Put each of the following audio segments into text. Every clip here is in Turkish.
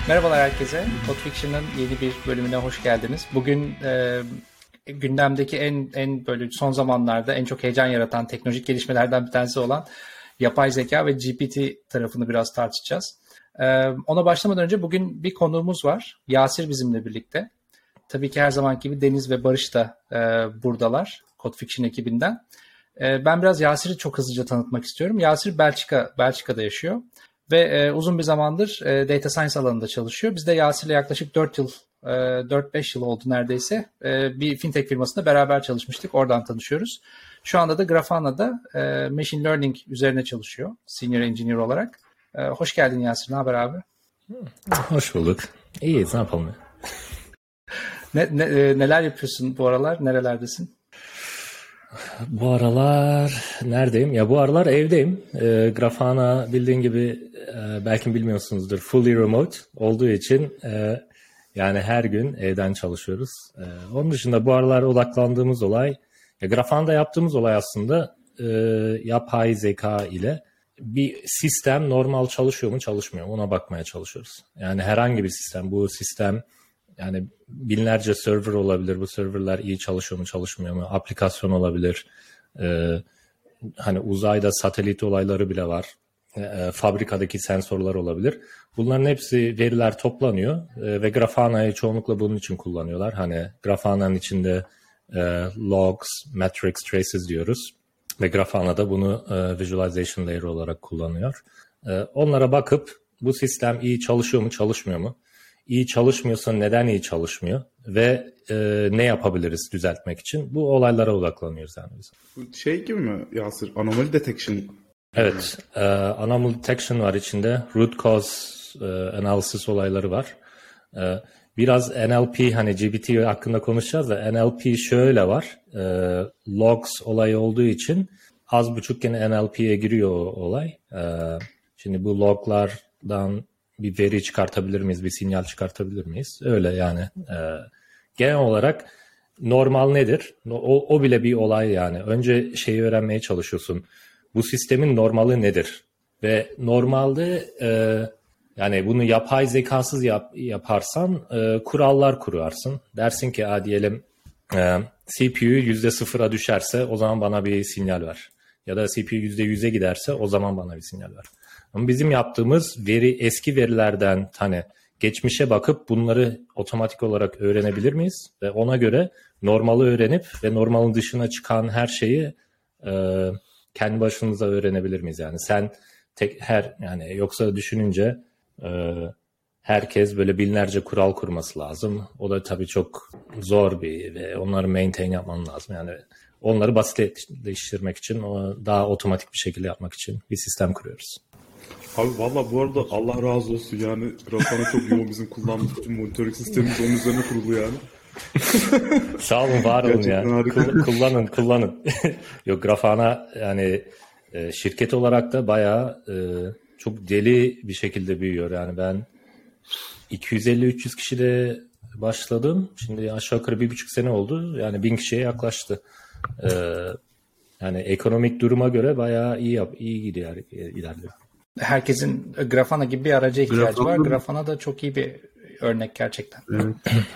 Merhabalar herkese. Code Fiction'ın yeni bir bölümüne hoş geldiniz. Bugün gündemdeki en böyle son zamanlarda en çok heyecan yaratan teknolojik gelişmelerden bir tanesi olan yapay zeka ve GPT tarafını biraz tartışacağız. Ona başlamadan önce bugün bir konuğumuz var. Yasir bizimle birlikte. Tabii ki her zamanki gibi Deniz ve Barış da buradalar Code Fiction ekibinden. Ben biraz Yasir'i çok hızlıca tanıtmak istiyorum. Yasir Belçika'da yaşıyor. Ve uzun bir zamandır data science alanında çalışıyor. Biz de Yasir'le yaklaşık 4-5 yıl oldu neredeyse. Bir fintech firmasında beraber çalışmıştık. Oradan tanışıyoruz. Şu anda da Grafana'da machine learning üzerine çalışıyor. Senior engineer olarak. Hoş geldin Yasir. Ne haber abi? Hoş bulduk. İyiyiz. Ne yapalım? Neler yapıyorsun bu aralar? Nerelerdesin? Bu aralar neredeyim? Ya bu aralar evdeyim. Grafana bildiğin gibi belki bilmiyorsunuzdur. Fully remote olduğu için yani her gün evden çalışıyoruz. Onun dışında bu aralar odaklandığımız olay, Grafana'da yaptığımız olay aslında yapay zeka ile bir sistem normal çalışıyor mu çalışmıyor mu ona bakmaya çalışıyoruz. Yani herhangi bir sistem, bu sistem yani binlerce server olabilir. Bu serverler iyi çalışıyor mu çalışmıyor mu? Aplikasyon olabilir. Hani uzayda satelit olayları bile var. Fabrikadaki sensörler olabilir. Bunların hepsi veriler toplanıyor ve Grafana'yı çoğunlukla bunun için kullanıyorlar. Hani Grafana'nın içinde logs, metrics, traces diyoruz. Ve Grafana da bunu visualization layer olarak kullanıyor. Onlara bakıp bu sistem iyi çalışıyor mu çalışmıyor mu? İyi çalışmıyorsa neden iyi çalışmıyor ve ne yapabiliriz düzeltmek için? Bu olaylara odaklanıyoruz yani biz. Şey gibi mi Yasir? Anomaly detection. Evet. Anomaly detection var içinde. Root cause analysis olayları var. Biraz NLP hani GPT hakkında konuşacağız da NLP şöyle var. Logs olayı olduğu için az buçuk gene NLP'ye giriyor o olay. Şimdi bu loglardan bir veri çıkartabilir miyiz, bir sinyal çıkartabilir miyiz? Öyle yani. Genel olarak normal nedir? O bile bir olay yani. Önce şeyi öğrenmeye çalışıyorsun. Bu sistemin normali nedir? Ve normalde yani bunu yapay zekasız yaparsan kurallar kurarsın. Dersin ki diyelim CPU %0'a düşerse o zaman bana bir sinyal ver. Ya da CPU %100'e giderse o zaman bana bir sinyal ver. Ama bizim yaptığımız eski verilerden hani geçmişe bakıp bunları otomatik olarak öğrenebilir miyiz? Ve ona göre normali öğrenip ve normalin dışına çıkan her şeyi kendi başınıza öğrenebilir miyiz? Yani sen yani yoksa düşününce herkes böyle binlerce kural kurması lazım. O da tabii çok zor ve onları maintain yapman lazım. Yani onları basitleştirmek için, daha otomatik bir şekilde yapmak için bir sistem kuruyoruz. Abi valla bu arada Allah razı olsun yani Grafana çok yoğun bizim kullandığımız bütün monitoring sistemimiz onun üzerine kurulu yani. Sağ olun, var olun ya. Kullanın. Yok, Grafana yani şirket olarak da bayağı çok deli bir şekilde büyüyor. Yani ben 250-300 kişide başladım. Şimdi aşağı yukarı 1,5 sene oldu. Yani 1000 kişiye yaklaştı. Yani ekonomik duruma göre bayağı iyi gidiyor, ilerliyor. Herkesin Grafana gibi bir araca ihtiyacı var. Grafana da çok iyi bir örnek gerçekten. Evet.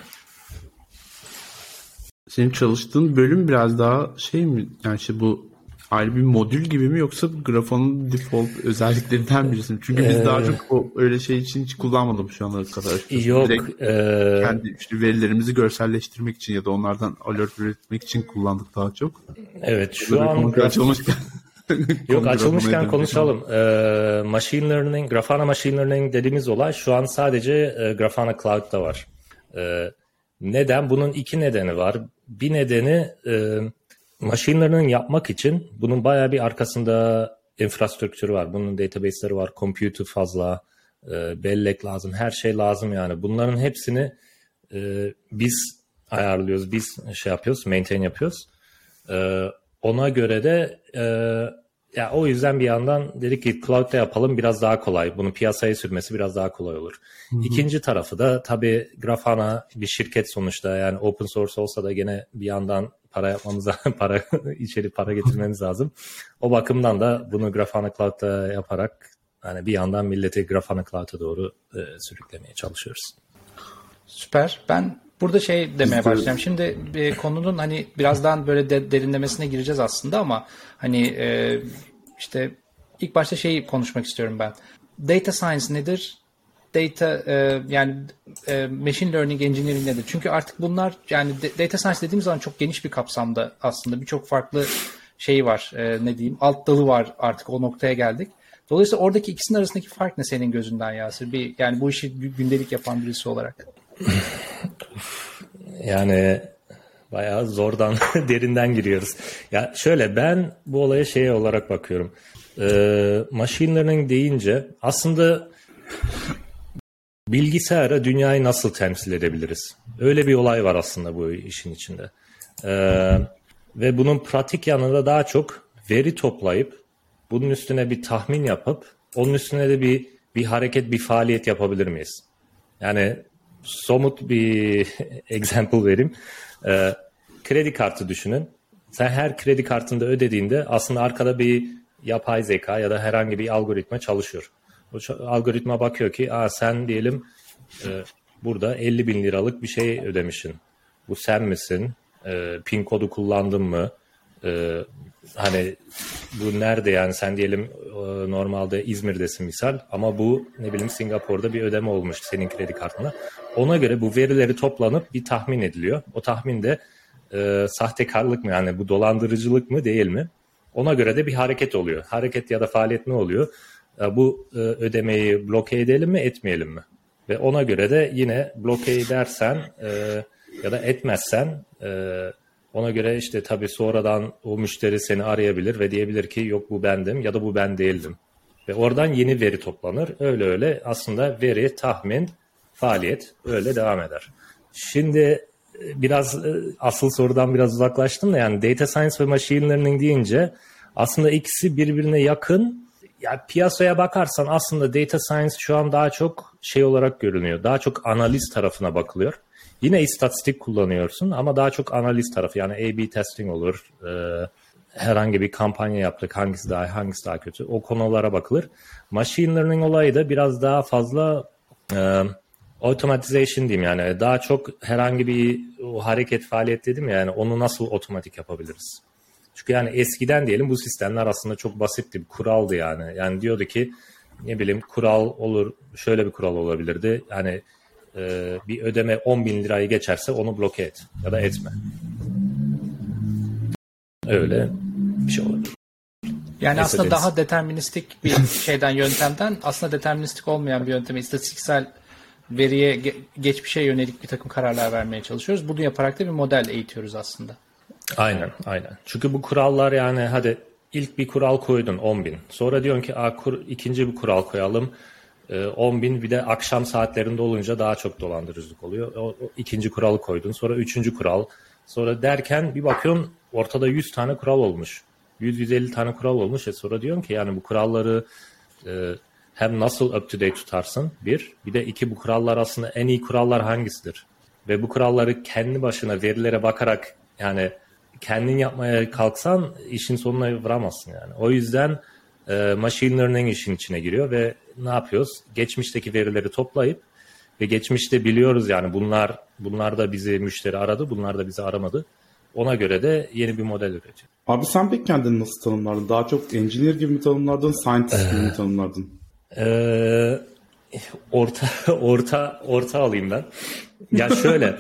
Senin çalıştığın bölüm biraz daha şey mi? Yani işte bu ayrı bir modül gibi mi yoksa Grafana'nın default özelliklerinden birisi mi? Çünkü biz daha çok öyle şey için hiç kullanmadım şu ana kadar. Yok. Kendi işte verilerimizi görselleştirmek için ya da onlardan alert üretmek için kullandık daha çok. Evet, şu an Yok, açılmışken konuşalım. Machine Learning, Grafana Machine Learning dediğimiz olay şu an sadece Grafana Cloud'da var. Neden? Bunun iki nedeni var. Bir nedeni Machine Learning yapmak için bunun bayağı bir arkasında infrastruktürü var. Bunun database'leri var, computer fazla, bellek lazım, her şey lazım yani. Bunların hepsini biz ayarlıyoruz, biz yapıyoruz, maintain yapıyoruz. Ona göre de ya o yüzden bir yandan dedik ki cloud'da yapalım, biraz daha kolay. Bunu piyasaya sürmesi biraz daha kolay olur. Hı-hı. İkinci tarafı da tabii Grafana bir şirket sonuçta, yani open source olsa da gene bir yandan para getirmeniz lazım. O bakımdan da bunu Grafana Cloud'da yaparak hani bir yandan milleti Grafana Cloud'a doğru sürüklemeye çalışıyoruz. Süper. Ben burada şey demeye başlayacağım. Şimdi konunun hani birazdan böyle derinlemesine gireceğiz aslında ama hani işte ilk başta şeyi konuşmak istiyorum ben. Data science nedir? Yani machine learning engineering nedir? Çünkü artık bunlar yani data science dediğimiz zaman çok geniş bir kapsamda aslında birçok farklı şey var. Ne diyeyim? Alt dalı var, artık o noktaya geldik. Dolayısıyla oradaki ikisinin arasındaki fark ne senin gözünden Yasir? Yani bu işi gündelik yapan birisi olarak. Yani bayağı zordan derinden giriyoruz. Ya şöyle, ben bu olaya şey olarak bakıyorum. Machine learning deyince aslında bilgisayara dünyayı nasıl temsil edebiliriz? Öyle bir olay var aslında bu işin içinde. Ve bunun pratik yanında daha çok veri toplayıp bunun üstüne bir tahmin yapıp onun üstüne de bir hareket, bir faaliyet yapabilir miyiz? Yani somut bir example vereyim. Kredi kartı düşünün. Sen her kredi kartında ödediğinde aslında arkada bir yapay zeka ya da herhangi bir algoritma çalışıyor. O algoritma bakıyor ki sen diyelim burada 50 bin liralık bir şey ödemişsin. Bu sen misin? PIN kodu kullandın mı? Hani bu nerede yani, sen diyelim normalde İzmir'desin misal ama bu ne bileyim Singapur'da bir ödeme olmuş senin kredi kartına. Ona göre bu verileri toplanıp bir tahmin ediliyor. O tahminde sahtekarlık mı, yani bu dolandırıcılık mı değil mi? Ona göre de bir hareket oluyor. Hareket ya da faaliyet ne oluyor? Bu ödemeyi bloke edelim mi, etmeyelim mi? Ve ona göre de yine bloke edersen ya da etmezsen ona göre işte tabii sonradan o müşteri seni arayabilir ve diyebilir ki yok bu bendim ya da bu ben değildim. Ve oradan yeni veri toplanır. Öyle aslında veri, tahmin, faaliyet öyle devam eder. Şimdi biraz asıl sorudan biraz uzaklaştım da, yani data science ve machine learning deyince aslında ikisi birbirine yakın. Ya piyasaya bakarsan aslında data science şu an daha çok şey olarak görünüyor. Daha çok analiz tarafına bakılıyor. Yine istatistik kullanıyorsun ama daha çok analiz tarafı, yani A/B testing olur. Herhangi bir kampanya yaptık, hangisi daha iyi, hangisi daha kötü, o konulara bakılır. Machine learning olayı da biraz daha fazla automatization diyeyim, yani daha çok herhangi bir o hareket, faaliyet dedim ya, yani onu nasıl otomatik yapabiliriz? Çünkü yani eskiden diyelim bu sistemler aslında çok basitti, bir kuraldı yani. Yani diyordu ki ne bileyim kural olur, şöyle bir kural olabilirdi. Yani bir ödeme 10 bin lirayı geçerse onu bloke et ya da etme. Öyle bir şey olabilir. Yani neyse, aslında daha deterministik bir yöntemden aslında deterministik olmayan bir yönteme, istatistiksel veriye, geçmişe yönelik bir takım kararlar vermeye çalışıyoruz. Bunu yaparak da bir model eğitiyoruz aslında. Aynen. Çünkü bu kurallar, yani hadi ilk bir kural koydun 10 bin. Sonra diyorsun ki ikinci bir kural koyalım 10 bin, bir de akşam saatlerinde olunca daha çok dolandırıcılık oluyor. O ikinci kuralı koydun, sonra üçüncü kural. Sonra derken bir bakıyorsun ortada 100 tane kural olmuş. 100-150 tane kural olmuş. Sonra diyorum ki yani bu kuralları hem nasıl up to date tutarsın bir de iki, bu kurallar aslında en iyi kurallar hangisidir? Ve bu kuralları kendi başına verilere bakarak yani kendin yapmaya kalksan işin sonuna varamazsın yani. O yüzden machine learning işin içine giriyor ve ne yapıyoruz? Geçmişteki verileri toplayıp ve geçmişte biliyoruz yani bunlar da bizi müşteri aradı, bunlar da bizi aramadı. Ona göre de yeni bir model üretiyor. Abi sen pek kendini nasıl tanımlardın? Daha çok engineer gibi mi tanımlardın, scientist gibi mi tanımlardın? Orta alayım ben. Ya şöyle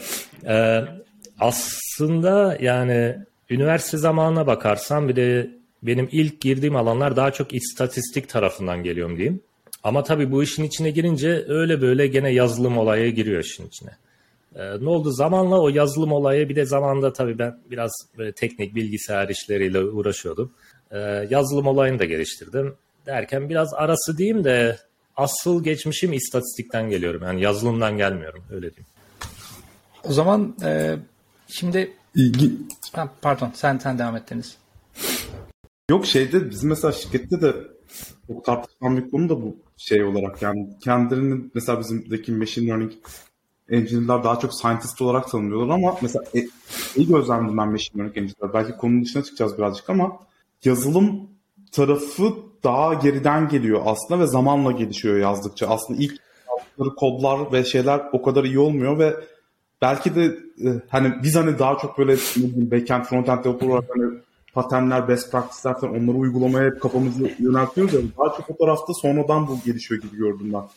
aslında yani üniversite zamanına bakarsan bir de benim ilk girdiğim alanlar daha çok istatistik tarafından geliyorum diyeyim. Ama tabii bu işin içine girince öyle böyle gene yazılım olayı giriyor işin içine. Ne oldu? Zamanla o yazılım olayı, bir de zamanda tabii ben biraz böyle teknik bilgisayar işleriyle uğraşıyordum. Yazılım olayını da geliştirdim. Derken biraz arası diyeyim de asıl geçmişim istatistikten geliyorum. Yani yazılımdan gelmiyorum, öyle diyeyim. O zaman şimdi... Pardon, sen devam et Deniz. Yok bizim mesela şirkette de çok tartışılan bir konu da bu şey olarak, yani kendilerini mesela bizimdeki machine learning engineer'lar daha çok scientist olarak tanımlıyorlar ama mesela iyi gözlemledim ben machine learning engineer'lar. Belki konunun dışına çıkacağız birazcık ama yazılım tarafı daha geriden geliyor aslında ve zamanla gelişiyor yazdıkça. Aslında ilk yazdıkları kodlar ve şeyler o kadar iyi olmuyor ve belki de hani biz hani daha çok böyle backend, frontend developer olarak hani paternler, best practice'ler falan onları uygulamaya hep kafamızı yöneltiyoruz ya. Daha çok o tarafta sonradan bu gelişiyor gibi gördüm ben.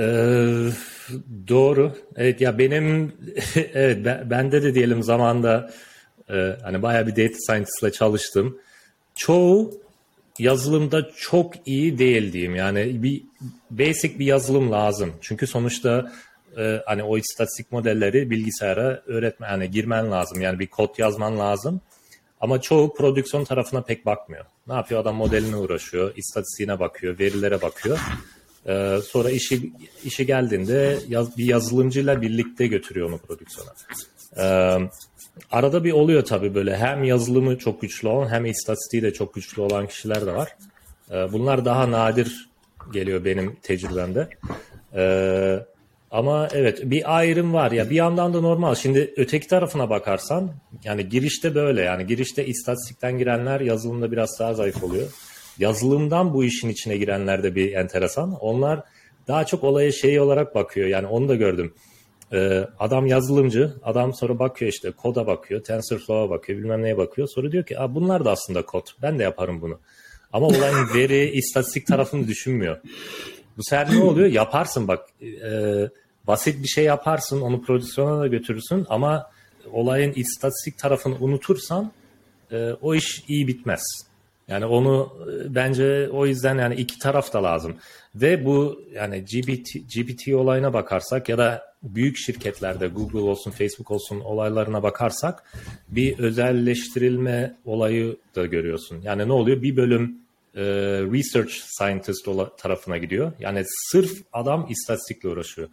Doğru. Evet ya benim evet bende de diyelim zamanda hani bayağı bir data scientist'la çalıştım. Çoğu yazılımda çok iyi değil diyeyim. Yani bir basic bir yazılım lazım. Çünkü sonuçta hani o istatistik modelleri bilgisayara yani girmen lazım. Yani bir kod yazman lazım. Ama çoğu prodüksiyon tarafına pek bakmıyor. Ne yapıyor? Adam modeline uğraşıyor, istatistiğine bakıyor, verilere bakıyor. Sonra işi geldiğinde bir yazılımcıyla birlikte götürüyor onu prodüksiyona. Arada bir oluyor tabii böyle hem yazılımı çok güçlü olan hem istatistiği de çok güçlü olan kişiler de var. Bunlar daha nadir geliyor benim tecrübemde. Ama evet bir ayrım var ya, bir yandan da normal. Şimdi öteki tarafına bakarsan yani girişte böyle, yani girişte istatistikten girenler yazılımda biraz daha zayıf oluyor. Yazılımdan bu işin içine girenler de bir enteresan. Onlar daha çok olaya şey olarak bakıyor. Yani onu da gördüm. Adam yazılımcı, adam sonra bakıyor işte koda bakıyor, TensorFlow'a bakıyor, bilmem neye bakıyor. Sonra diyor ki bunlar da aslında kod, ben de yaparım bunu. Ama olayın veri, istatistik tarafını düşünmüyor. Bu sefer ne oluyor? Yaparsın bak, basit bir şey yaparsın, onu prodüksiyona da götürürsün ama olayın istatistik tarafını unutursan o iş iyi bitmez. Yani onu bence o yüzden yani iki taraf da lazım. Ve bu yani GPT olayına bakarsak ya da büyük şirketlerde Google olsun, Facebook olsun olaylarına bakarsak bir özelleştirilme olayı da görüyorsun. Yani ne oluyor? Bir bölüm research scientist tarafına gidiyor. Yani sırf adam istatistikle uğraşıyor.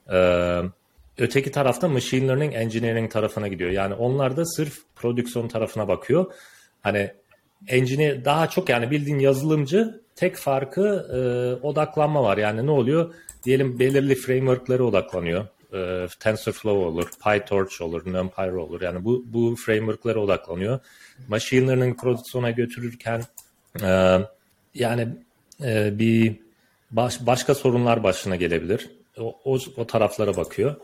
Öteki tarafta machine learning engineering tarafına gidiyor. Yani onlar da sırf prodüksiyon tarafına bakıyor. Hani engineer daha çok, yani bildiğin yazılımcı, tek farkı odaklanma var. Yani ne oluyor? Diyelim belirli framework'lere odaklanıyor. TensorFlow olur, PyTorch olur, NumPy olur. Yani bu framework'lere odaklanıyor. Machine learning prodüksiyona götürürken yani bir başka sorunlar başına gelebilir. O taraflara bakıyor.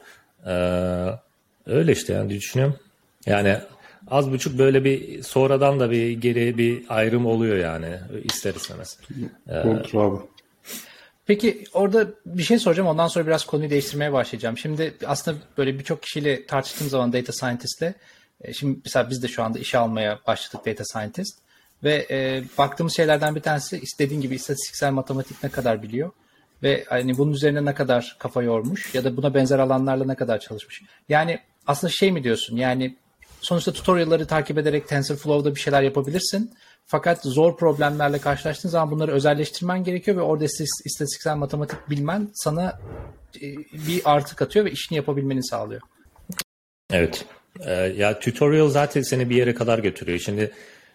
Öyle işte yani düşünüyorum. Yani az buçuk böyle bir sonradan da bir geri bir ayrım oluyor yani ister istemez. Doğru abi. Peki orada bir şey soracağım, ondan sonra biraz konuyu değiştirmeye başlayacağım. Şimdi aslında böyle birçok kişiyle tartıştığım zaman data scientist'le, şimdi mesela biz de şu anda işe almaya başladık data scientist ve baktığımız şeylerden bir tanesi istediğin gibi istatistiksel matematik ne kadar biliyor ve hani bunun üzerine ne kadar kafa yormuş ya da buna benzer alanlarla ne kadar çalışmış. Yani aslında şey mi diyorsun, yani sonuçta tutorial'ları takip ederek TensorFlow'da bir şeyler yapabilirsin. Fakat zor problemlerle karşılaştığın zaman bunları özelleştirmen gerekiyor ve orada istatistiksel matematik bilmen sana bir artı katıyor ve işini yapabilmeni sağlıyor. Evet. Ya tutorial zaten seni bir yere kadar götürüyor. Şimdi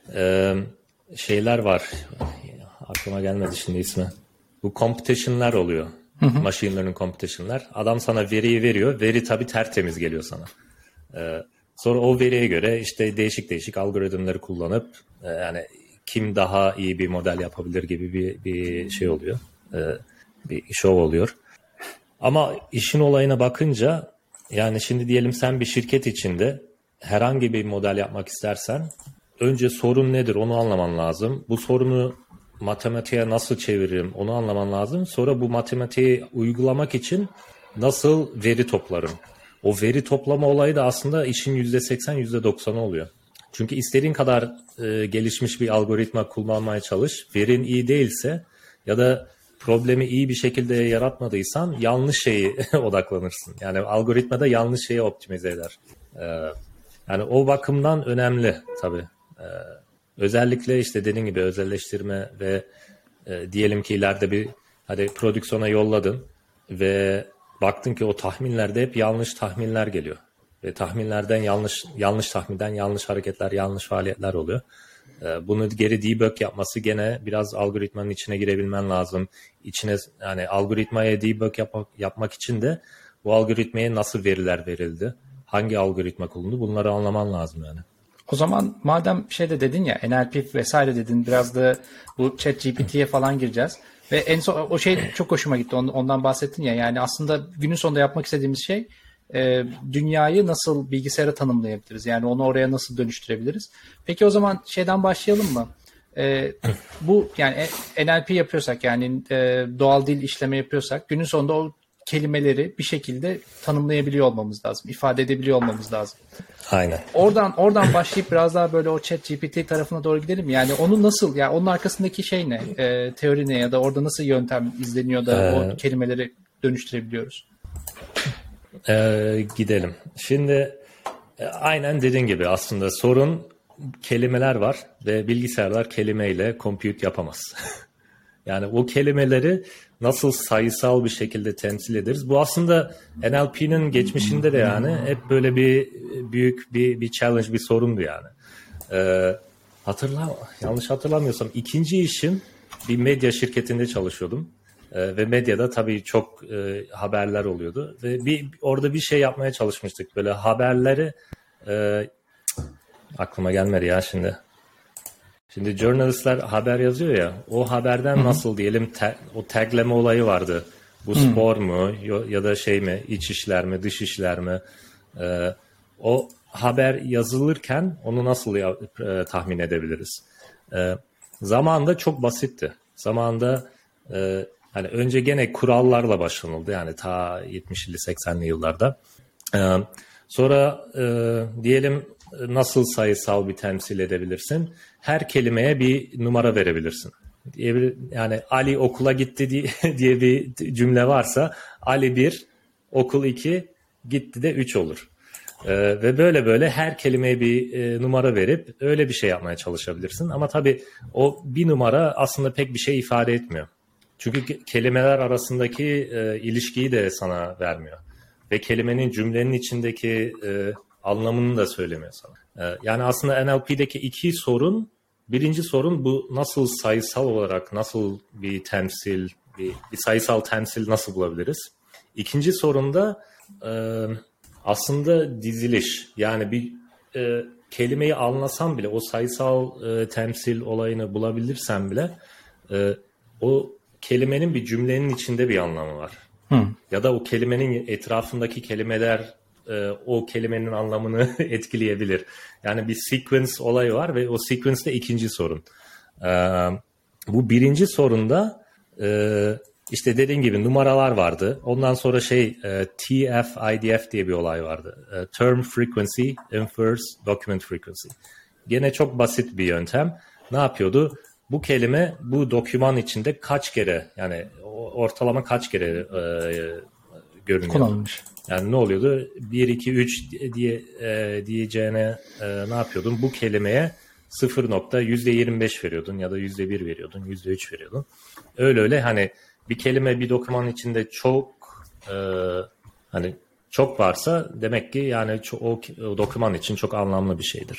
şeyler var. Aklıma gelmedi şimdi ismi. Bu competition'lar oluyor. Machine learning competition'lar. Adam sana veriyi veriyor. Veri tabii tertemiz geliyor sana. Sonra o veriye göre işte değişik algoritmleri kullanıp yani kim daha iyi bir model yapabilir gibi bir şey oluyor. Bir şov oluyor. Ama işin olayına bakınca yani şimdi diyelim sen bir şirket içinde herhangi bir model yapmak istersen önce sorun nedir onu anlaman lazım. Bu sorunu matematiğe nasıl çeviririm onu anlaman lazım. Sonra bu matematiği uygulamak için nasıl veri toplarım? O veri toplama olayı da aslında işin %80, %90'ı oluyor. Çünkü istediğin kadar gelişmiş bir algoritma kullanmaya çalış. Verin iyi değilse ya da problemi iyi bir şekilde yaratmadıysan yanlış şeyi odaklanırsın. Yani algoritmada yanlış şeyi optimize eder. Yani o bakımdan önemli tabii. Özellikle işte dediğin gibi özelleştirme ve diyelim ki ileride bir hadi prodüksiyona yolladın ve baktın ki o tahminlerde hep yanlış tahminler geliyor. Ve tahminlerden yanlış tahminden yanlış hareketler, yanlış faaliyetler oluyor. Bunu geri debug yapması gene biraz algoritmanın içine girebilmen lazım. İçine yani algoritmaya debug yapmak için de bu algoritmaya nasıl veriler verildi, hangi algoritma kullanıldı bunları anlaman lazım yani. O zaman madem şey de dedin ya, NLP vesaire dedin, biraz da bu ChatGPT'ye falan gireceğiz. Ve en son o şey çok hoşuma gitti. Ondan bahsettin ya. Yani aslında günün sonunda yapmak istediğimiz şey dünyayı nasıl bilgisayara tanımlayabiliriz? Yani onu oraya nasıl dönüştürebiliriz? Peki o zaman şeyden başlayalım mı? Bu yani NLP yapıyorsak, yani doğal dil işleme yapıyorsak, günün sonunda o kelimeleri bir şekilde tanımlayabiliyor olmamız lazım. İfade edebiliyor olmamız lazım. Aynen. Oradan başlayıp biraz daha böyle o ChatGPT tarafına doğru gidelim. Yani onu nasıl, yani onun arkasındaki şey ne? Teori ne, ya da orada nasıl yöntem izleniyor da o kelimeleri dönüştürebiliyoruz? Gidelim. Şimdi aynen dediğin gibi aslında sorun kelimeler var ve bilgisayarlar kelimeyle compute yapamaz. Yani o kelimeleri nasıl sayısal bir şekilde temsil ederiz? Bu aslında NLP'nin geçmişinde de yani hep böyle bir büyük bir challenge, bir sorundu yani. Yanlış hatırlamıyorsam ikinci işim bir medya şirketinde çalışıyordum. Ve medyada tabii çok haberler oluyordu. Ve orada bir şey yapmaya çalışmıştık. Böyle haberleri aklıma gelmedi ya şimdi. Şimdi journalistler haber yazıyor ya, o haberden nasıl diyelim o tagleme olayı vardı. Bu spor mu ya da şey mi, iç işler mi, dış işler mi? O haber yazılırken onu nasıl tahmin edebiliriz? Zamanında çok basitti. Zamanında hani önce gene kurallarla başlanıldı, yani ta 70'li 80'li yıllarda. Sonra diyelim nasıl sayısal bir temsil edebilirsin? Her kelimeye bir numara verebilirsin. Yani Ali okula gitti diye bir cümle varsa Ali 1, okul 2, gitti de 3 olur. Ve böyle her kelimeye bir numara verip öyle bir şey yapmaya çalışabilirsin. Ama tabii o bir numara aslında pek bir şey ifade etmiyor. Çünkü kelimeler arasındaki ilişkiyi de sana vermiyor. Ve kelimenin, cümlenin içindeki anlamını da söylemiyor sana. Yani aslında NLP'deki iki sorun, birinci sorun bu nasıl sayısal olarak, nasıl bir temsil, bir sayısal temsil nasıl bulabiliriz? İkinci sorun da aslında diziliş. Yani bir kelimeyi anlasam bile, o sayısal temsil olayını bulabilirsem bile o kelimenin bir cümlenin içinde bir anlamı var. Ya da o kelimenin etrafındaki kelimeler o kelimenin anlamını etkileyebilir. Yani bir sequence olayı var ve o sequence de ikinci sorun. Bu birinci sorunda işte dediğim gibi numaralar vardı. Ondan sonra TF-IDF diye bir olay vardı. Term Frequency Infers Document Frequency. Gene çok basit bir yöntem. Ne yapıyordu? Bu kelime bu doküman içinde kaç kere, yani ortalama kaç kere görünüyor? Kullanılmış. Yani ne oluyordu? 1, 2, 3 diyeceğine ne yapıyordun? Bu kelimeye %25 veriyordun ya da %1 veriyordun, %3 veriyordun. Öyle hani bir kelime bir doküman içinde çok varsa demek ki yani o doküman için çok anlamlı bir şeydir.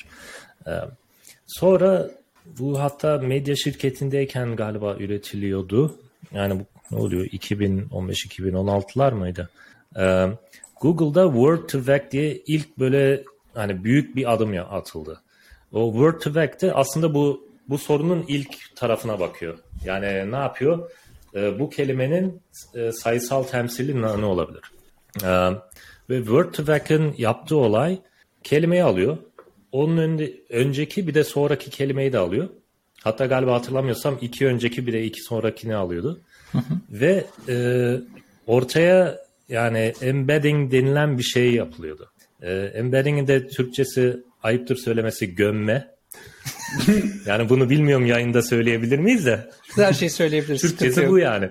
Sonra bu hatta medya şirketindeyken galiba üretiliyordu. Yani bu ne oluyor? 2015-2016'lar mıydı? Google'da Word2Vec diye ilk böyle hani büyük bir adım atıldı. O Word2Vec'te aslında bu sorunun ilk tarafına bakıyor. Yani ne yapıyor? Bu kelimenin sayısal temsili ne olabilir? Ve Word2Vec'in yaptığı olay, kelimeyi alıyor. Onun önceki bir de sonraki kelimeyi de alıyor. Hatta galiba hatırlamıyorsam 2 önceki bir de 2 sonrakini alıyordu. Ve ortaya yani embedding denilen bir şey yapılıyordu. Embedding'in de Türkçesi, ayıptır söylemesi, gömme. Yani bunu bilmiyorum, yayında söyleyebilir miyiz de. Her şeyi söyleyebiliriz. Türkçesi bu yani.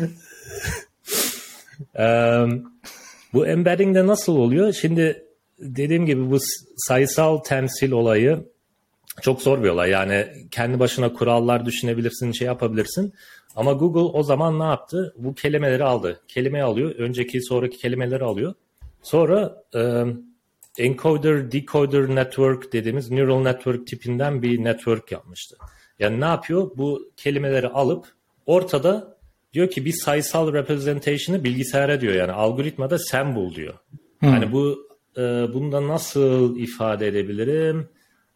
Bu embedding de nasıl oluyor? Şimdi dediğim gibi bu sayısal temsil olayı çok zor bir olay. Yani kendi başına kurallar düşünebilirsin, şey yapabilirsin. Ama Google o zaman ne yaptı? Bu kelimeleri aldı. Kelimeyi alıyor. Önceki, sonraki kelimeleri alıyor. Sonra encoder, decoder network dediğimiz neural network tipinden bir network yapmıştı. Yani ne yapıyor? Bu kelimeleri alıp ortada diyor ki bir sayısal representation'ı bilgisayara diyor. Yani algoritmada sen bul diyor. Yani bunu da nasıl ifade edebilirim?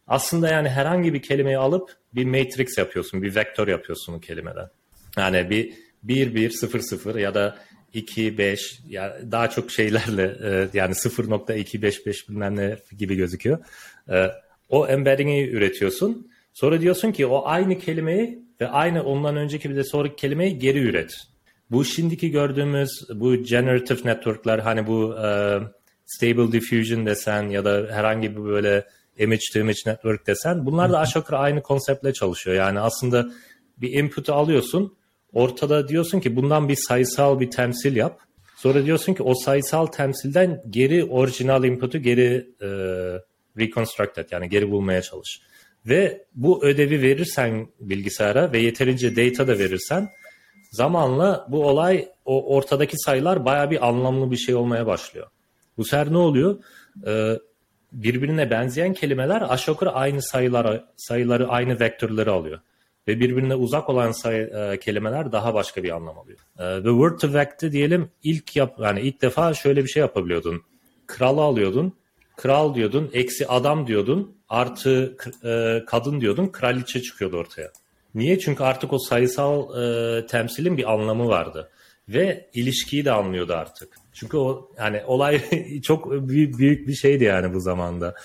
Aslında yani herhangi bir kelimeyi alıp bir matrix yapıyorsun, bir vektör yapıyorsun o kelimeden. Yani bir 1 1 0 0 ya da 2 5 ya daha çok şeylerle yani 0.255 bilmem ne gibi gözüküyor. O embedding'i üretiyorsun. Sonra diyorsun ki o aynı kelimeyi ve aynı ondan önceki bir de sonraki kelimeyi geri üret. Bu şimdiki gördüğümüz bu generative network'lar hani bu stable diffusion desen ya da herhangi bir böyle image to image network desen bunlar da aşağı yukarı aynı konseptle çalışıyor. Yani aslında bir input'u alıyorsun, ortada diyorsun ki bundan bir sayısal bir temsil yap. Sonra diyorsun ki o sayısal temsilden geri orijinal input'u geri reconstruct et, yani geri bulmaya çalış. Ve bu ödevi verirsen bilgisayara ve yeterince data da verirsen zamanla bu olay, o ortadaki sayılar bayağı bir anlamlı bir şey olmaya başlıyor. Bu sefer ne oluyor? Birbirine benzeyen kelimeler aşağı yukarı aynı sayıları, aynı vektörleri alıyor. Ve birbirine uzak olan kelimeler daha başka bir anlam alıyor. Ve word to vect'te diyelim ilk defa şöyle bir şey yapabiliyordun. Kralı alıyordun, kral diyordun, eksi adam diyordun, artı kadın diyordun, kraliçe çıkıyordu ortaya. Niye? Çünkü artık o sayısal temsilin bir anlamı vardı. Ve ilişkiyi de anlıyordu artık. Çünkü o yani olay çok büyük bir şeydi yani bu zamanda.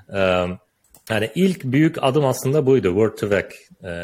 Yani ilk büyük adım aslında buydu. Word to vec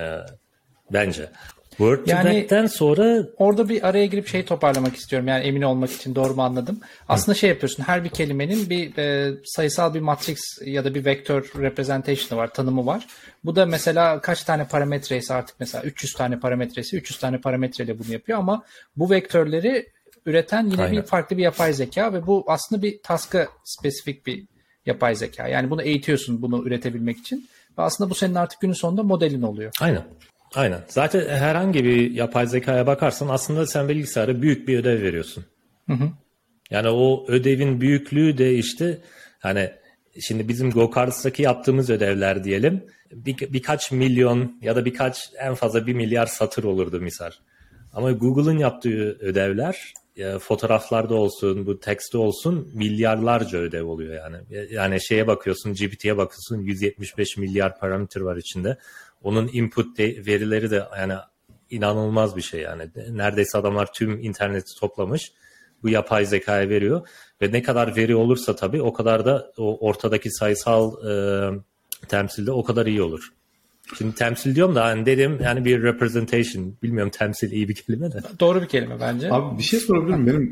bence. Word to vec'ten sonra... Orada bir araya girip toparlamak istiyorum. Yani emin olmak için doğru mu anladım? Aslında yapıyorsun. Her bir kelimenin bir sayısal bir matrix ya da bir vektör representation'ı var, tanımı var. Bu da mesela kaç tane parametreyse artık mesela 300 tane parametresi 300 tane parametreyle bunu yapıyor ama bu vektörleri üreten yine bir farklı bir yapay zeka ve bu aslında bir task'a spesifik bir yapay zeka. Yani bunu eğitiyorsun bunu üretebilmek için ve aslında bu senin artık günün sonunda modelin oluyor. Aynen. Zaten herhangi bir yapay zekaya bakarsan aslında sen bilgisayara büyük bir ödev veriyorsun. Hı. Yani o ödevin büyüklüğü de işte hani şimdi bizim Go-Karts'taki yaptığımız ödevler diyelim birkaç milyon ya da en fazla 1 milyar satır olurdu misal. Ama Google'ın yaptığı ödevler fotoğraflarda olsun, bu tekste olsun milyarlarca ödev oluyor yani. Yani şeye bakıyorsun, GPT'ye bakıyorsun 175 milyar parametre var içinde. Onun input verileri de yani inanılmaz bir şey yani. Neredeyse adamlar tüm interneti toplamış. Bu yapay zekaya veriyor. Ve ne kadar veri olursa tabii o kadar da o ortadaki sayısal temsilde o kadar iyi olur. Şimdi temsil diyorum da hani dedim yani bir representation. Bilmiyorum temsil iyi bir kelime de. Doğru bir kelime bence. Abi bir şey sorabilir miyim? Benim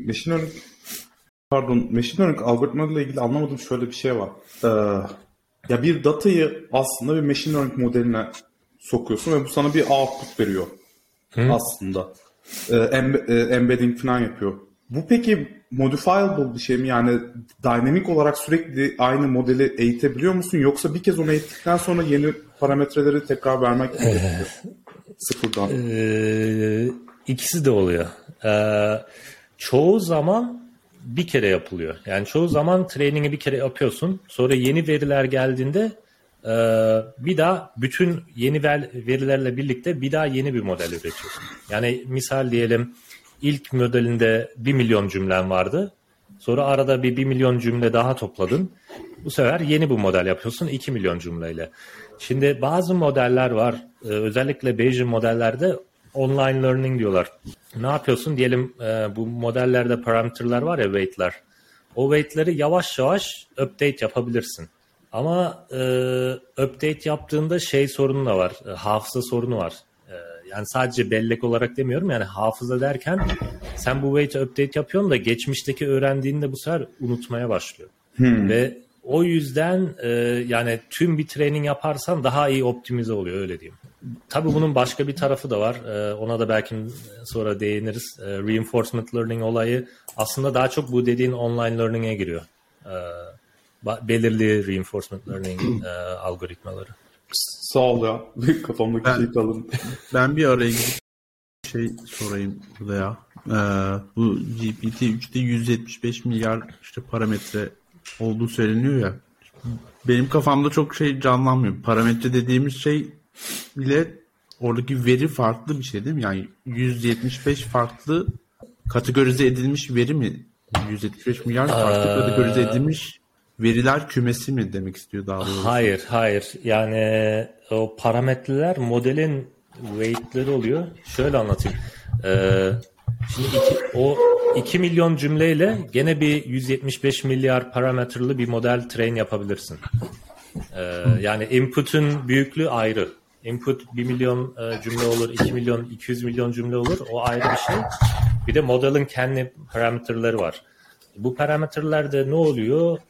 machine learning algoritmalarıyla ilgili anlamadığım şöyle bir şey var. Ya bir datayı aslında bir machine learning modeline sokuyorsun ve bu sana bir output veriyor aslında. Embedding falan yapıyor. Bu peki modifiable bir şey mi? Yani dinamik olarak sürekli aynı modeli eğitebiliyor musun? Yoksa bir kez onu eğittikten sonra yeni parametreleri tekrar vermek gerekiyor? Sıfırdan. İkisi de oluyor. Çoğu zaman bir kere yapılıyor. Yani çoğu zaman training'i bir kere yapıyorsun. Sonra yeni veriler geldiğinde bir daha bütün yeni verilerle birlikte bir daha yeni bir model üretiyorsun. Yani misal diyelim ilk modelinde 1 milyon cümlen vardı. Sonra arada bir 1 milyon cümle daha topladın. Bu sefer yeni bir model yapıyorsun 2 milyon cümleyle. Şimdi bazı modeller var. Özellikle Bayesian modellerde online learning diyorlar. Ne yapıyorsun? Diyelim bu modellerde parametreler var ya, weight'ler. O weight'leri yavaş yavaş update yapabilirsin. Ama update yaptığında sorunu da var. Hafıza sorunu var. Yani sadece bellek olarak demiyorum, yani hafıza derken sen bu weight update yapıyorsun da geçmişteki öğrendiğini de bu sefer unutmaya başlıyor. Ve o yüzden yani tüm bir training yaparsan daha iyi optimize oluyor, öyle diyeyim. Tabii bunun başka bir tarafı da var. Ona da belki sonra değiniriz. Reinforcement learning olayı aslında daha çok bu dediğin online learning'e giriyor. Belirli reinforcement learning algoritmaları. Sağ ol ya. Kafamdaki şey kalın. Ben bir araya gidip sorayım burada ya. Bu GPT-3'te 175 milyar parametre olduğu söyleniyor ya. Benim kafamda çok canlanmıyor. Parametre dediğimiz şey ile oradaki veri farklı bir şey değil mi? Yani 175 farklı kategorize edilmiş veri mi? 175 milyar farklı kategorize edilmiş veriler kümesi mi demek istiyor daha doğrusu? Hayır. Yani o parametreler modelin weight'leri oluyor. Şöyle anlatayım. Şimdi o 2 milyon cümleyle gene bir 175 milyar parametreli bir model train yapabilirsin. Yani input'un büyüklüğü ayrı. Input 1 milyon cümle olur, 2 milyon, 200 milyon cümle olur. O ayrı bir şey. Bir de modelin kendi parametreleri var. Bu parametrelerde ne oluyor?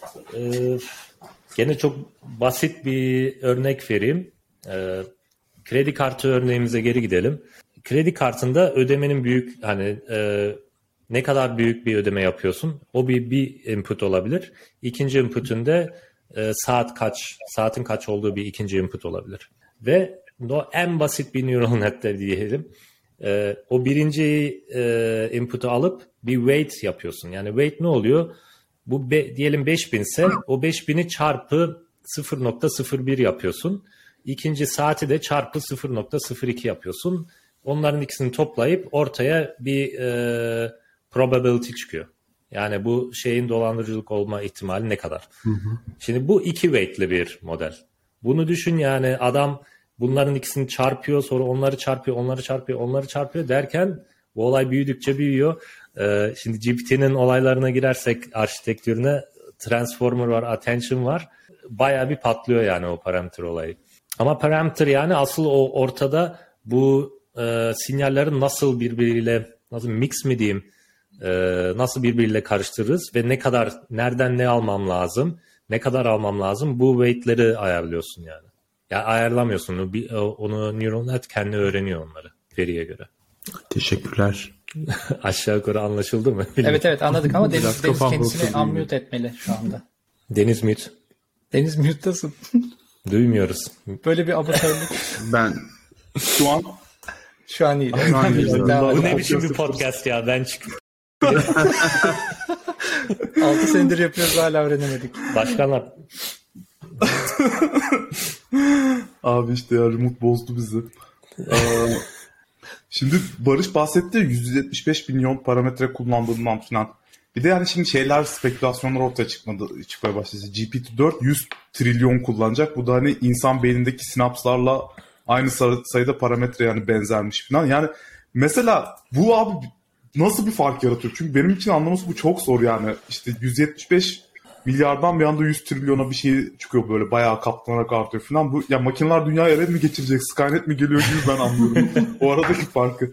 Gene çok basit bir örnek vereyim. Kredi kartı örneğimize geri gidelim. Kredi kartında ödemenin büyük ne kadar büyük bir ödeme yapıyorsun? O bir input olabilir. İkinci input'un da saatin kaç olduğu bir ikinci input olabilir. Ve o en basit bir neural net'te diyelim. O birinci input'u alıp bir weight yapıyorsun. Yani weight ne oluyor? Bu diyelim 5000 ise o 5000'i çarpı 0.01 yapıyorsun. İkinci saati de çarpı 0.02 yapıyorsun. Onların ikisini toplayıp ortaya bir probability çıkıyor. Yani bu şeyin dolandırıcılık olma ihtimali ne kadar? Şimdi bu 2 weight'li bir model. Bunu düşün, yani adam bunların ikisini çarpıyor, sonra onları çarpıyor derken bu olay büyüdükçe büyüyor. Şimdi GPT'nin olaylarına girersek, arşitektürüne, transformer var, attention var. Bayağı bir patlıyor yani o parametre olayı. Ama parametre yani asıl o ortada bu sinyallerin nasıl birbiriyle, nasıl mix mi diyeyim, nasıl birbiriyle karıştırırız ve ne kadar, nereden ne almam lazım, ne kadar almam lazım, bu weight'leri ayarlıyorsun yani. Ya ayarlamıyorsun, onu neural net kendi öğreniyor onları veriye göre. Teşekkürler. Aşağı yukarı anlaşıldı mı? Evet anladık ama Deniz kendisini bozuldu. unmute etmeli şu anda. Deniz mute. Deniz mute'tasın. Duymuyoruz. Böyle bir amatörlük Ben Şu an şu an iyi. Şu an iyi. Bu ne biçim bir podcast ya, ben çıkıp 6 senedir yapıyoruz, hala öğrenemedik. başkanlar. abi işte ya remote bozdu bizi. Şimdi Barış bahsetti ya, 175 milyon parametre kullandığından falan. Bir de yani şimdi spekülasyonlar ortaya çıkmaya başladı. GPT-4 100 trilyon kullanacak. Bu da hani insan beynindeki sinapslarla aynı sayıda parametre yani benzermiş falan. Yani mesela bu abi nasıl bir fark yaratıyor? Çünkü benim için anlaması bu çok zor yani. İşte 175 milyardan bir anda 100 trilyona bir şey çıkıyor, böyle bayağı katlanarak artıyor falan. Bu ya, makineler dünyayı ele mi geçirecek? Skynet mi geliyor gibi ben anlıyorum. O aradaki farkı.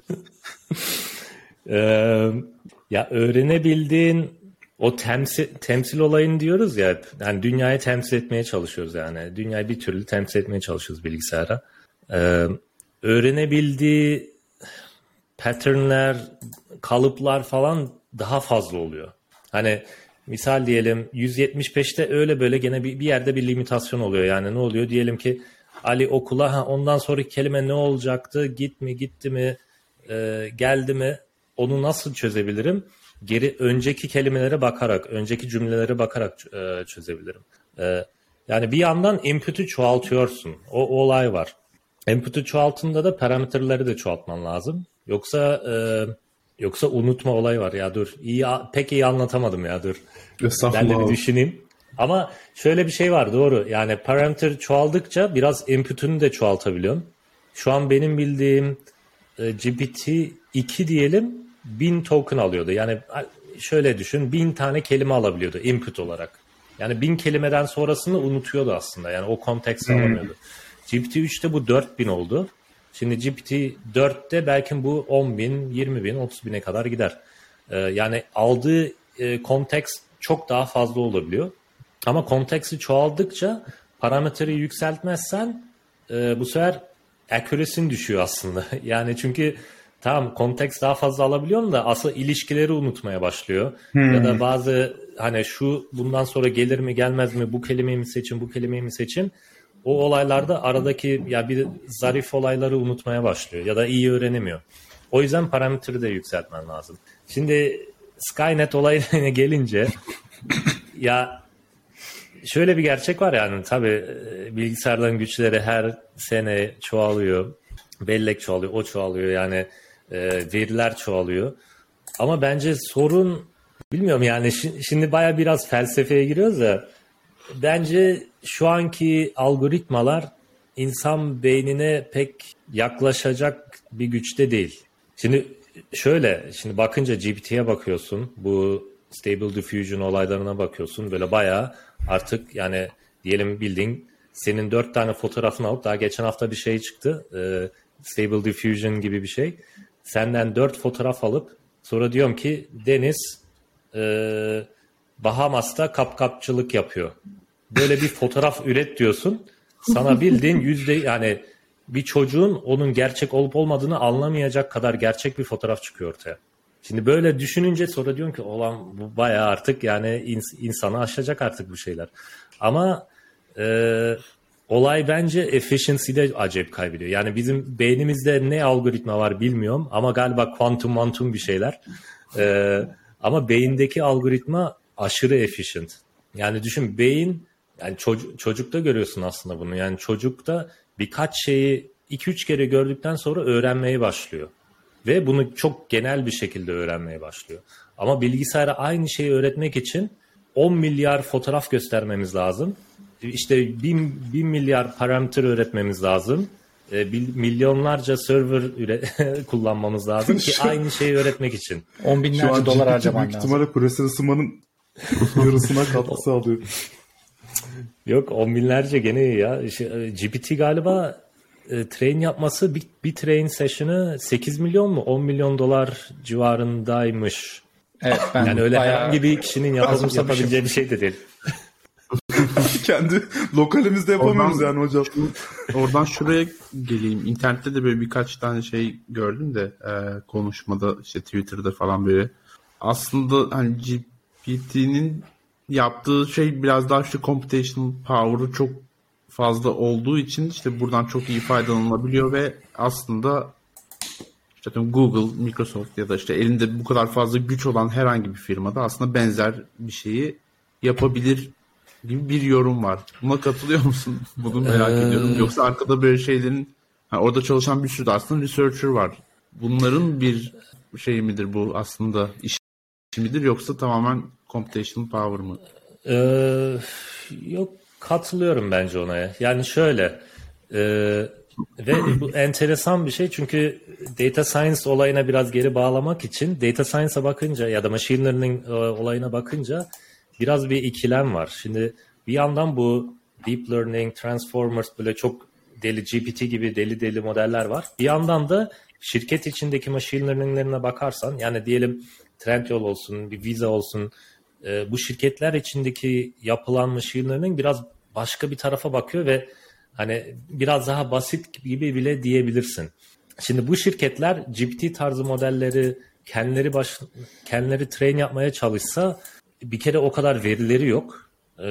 Ya öğrenebildiğin o temsil olayını diyoruz ya, yani dünyayı temsil etmeye çalışıyoruz yani. Dünyayı bir türlü temsil etmeye çalışıyoruz bilgisayara. Öğrenebildiği patternler, kalıplar falan daha fazla oluyor. Hani misal diyelim 175'te öyle böyle gene bir yerde bir limitasyon oluyor. Yani ne oluyor? Diyelim ki Ali okula, ondan sonraki kelime ne olacaktı? Gitti mi? Geldi mi? Onu nasıl çözebilirim? Önceki kelimelere bakarak, önceki cümlelere bakarak çözebilirim. Yani bir yandan input'u çoğaltıyorsun. O olay var. Input'u çoğaltında da parametreleri de çoğaltman lazım. Yoksa unutma olayı var. Ya dur, pek iyi anlatamadım ya, dur. Ben de bir düşüneyim. Ama şöyle bir şey var, doğru. Yani parametre çoğaldıkça biraz input'unu da çoğaltabiliyorsun. Şu an benim bildiğim GPT-2 diyelim 1000 token alıyordu. Yani şöyle düşün, 1000 tane kelime alabiliyordu input olarak. Yani 1000 kelimeden sonrasını unutuyordu aslında. Yani o konteksti alamıyordu. GPT-3'te bu 4000 oldu. Şimdi GPT-4'te belki bu 10.000, 20.000, 30.000'e kadar gider. Yani aldığı kontekst çok daha fazla olabiliyor. Ama konteksti çoğaldıkça parametreyi yükseltmezsen bu sefer accuracy'in düşüyor aslında. Yani çünkü tamam, kontekst daha fazla alabiliyorsun da asıl ilişkileri unutmaya başlıyor. Ya da bazı hani bundan sonra gelir mi gelmez mi, bu kelimeyi mi seçin, bu kelimeyi mi seçin. O olaylarda aradaki ya bir zarif olayları unutmaya başlıyor ya da iyi öğrenemiyor. O yüzden parametreyi de yükseltmen lazım. Şimdi Skynet olayına gelince ya şöyle bir gerçek var, yani tabii bilgisayarların güçleri her sene çoğalıyor. Bellek çoğalıyor, o çoğalıyor, yani veriler çoğalıyor. Ama bence sorun Bilmiyorum yani şimdi baya biraz felsefeye giriyoruz da bence şu anki algoritmalar insan beynine pek yaklaşacak bir güçte değil. Şimdi şimdi bakınca GPT'ye bakıyorsun, bu Stable Diffusion olaylarına bakıyorsun, böyle bayağı artık yani diyelim bildiğin senin 4 tane fotoğrafını alıp, daha geçen hafta bir şey çıktı, Stable Diffusion gibi bir şey. Senden 4 fotoğraf alıp sonra diyorum ki Deniz Bahamas'ta kapkapçılık yapıyor. Böyle bir fotoğraf üret diyorsun. Sana bildiğin yani bir çocuğun onun gerçek olup olmadığını anlamayacak kadar gerçek bir fotoğraf çıkıyor ortaya. Şimdi böyle düşününce sonra diyorum ki olan bu bayağı artık yani insanı aşacak artık bu şeyler. Ama olay bence efficiency'de acayip kaybediyor. Yani bizim beynimizde ne algoritma var bilmiyorum ama galiba kuantum bir şeyler. Ama beyindeki algoritma aşırı efficient. Yani düşün, beyin, yani çocukta görüyorsun aslında bunu. Yani çocukta birkaç şeyi 2-3 kere gördükten sonra öğrenmeye başlıyor. Ve bunu çok genel bir şekilde öğrenmeye başlıyor. Ama bilgisayara aynı şeyi öğretmek için 10 milyar fotoğraf göstermemiz lazım. İşte 1 milyar parametre öğretmemiz lazım. Milyonlarca server kullanmamız lazım ki aynı şeyi öğretmek için. 10 binlerce dolar harcaman büyük lazım. ihtimalle küresel ısınmanın yarısına katkı sağlıyor. Yok, 10 binlerce gene iyi ya. GPT galiba train yapması bir train session'ı 8 milyon mu 10 milyon dolar civarındaymış. Evet, ben yani öyle herhangi bir kişinin yapabileceği bir şey de değil. Kendi lokalimizde yapamıyoruz yani hocam. Oradan şuraya geleyim. İnternette de böyle birkaç tane şey gördüm de konuşmada, işte Twitter'da falan böyle. Aslında hani GPT'nin yaptığı şey biraz daha işte computational power'ı çok fazla olduğu için işte buradan çok iyi faydalanılabiliyor ve aslında işte Google, Microsoft ya da işte elinde bu kadar fazla güç olan herhangi bir firmada aslında benzer bir şeyi yapabilir gibi bir yorum var. Buna katılıyor musun? Bunu merak ediyorum. Yoksa arkada böyle şeylerin, orada çalışan bir sürü de aslında researcher var. Bunların bir şey midir bu aslında, iş midir yoksa tamamen computational power mı? Yok, katılıyorum bence ona. Yani şöyle ve bu enteresan bir şey çünkü data science olayına biraz geri bağlamak için data science'a bakınca ya da machine learning olayına bakınca biraz bir ikilem var. Şimdi bir yandan bu deep learning, transformers, böyle çok deli GPT gibi deli modeller var. Bir yandan da şirket içindeki machine learning'lerine bakarsan, yani diyelim Trendyol olsun, bir Visa olsun, bu şirketler içindeki yapılan machine learning biraz başka bir tarafa bakıyor ve hani biraz daha basit gibi bile diyebilirsin. Şimdi bu şirketler GPT tarzı modelleri kendileri train yapmaya çalışsa bir kere o kadar verileri yok.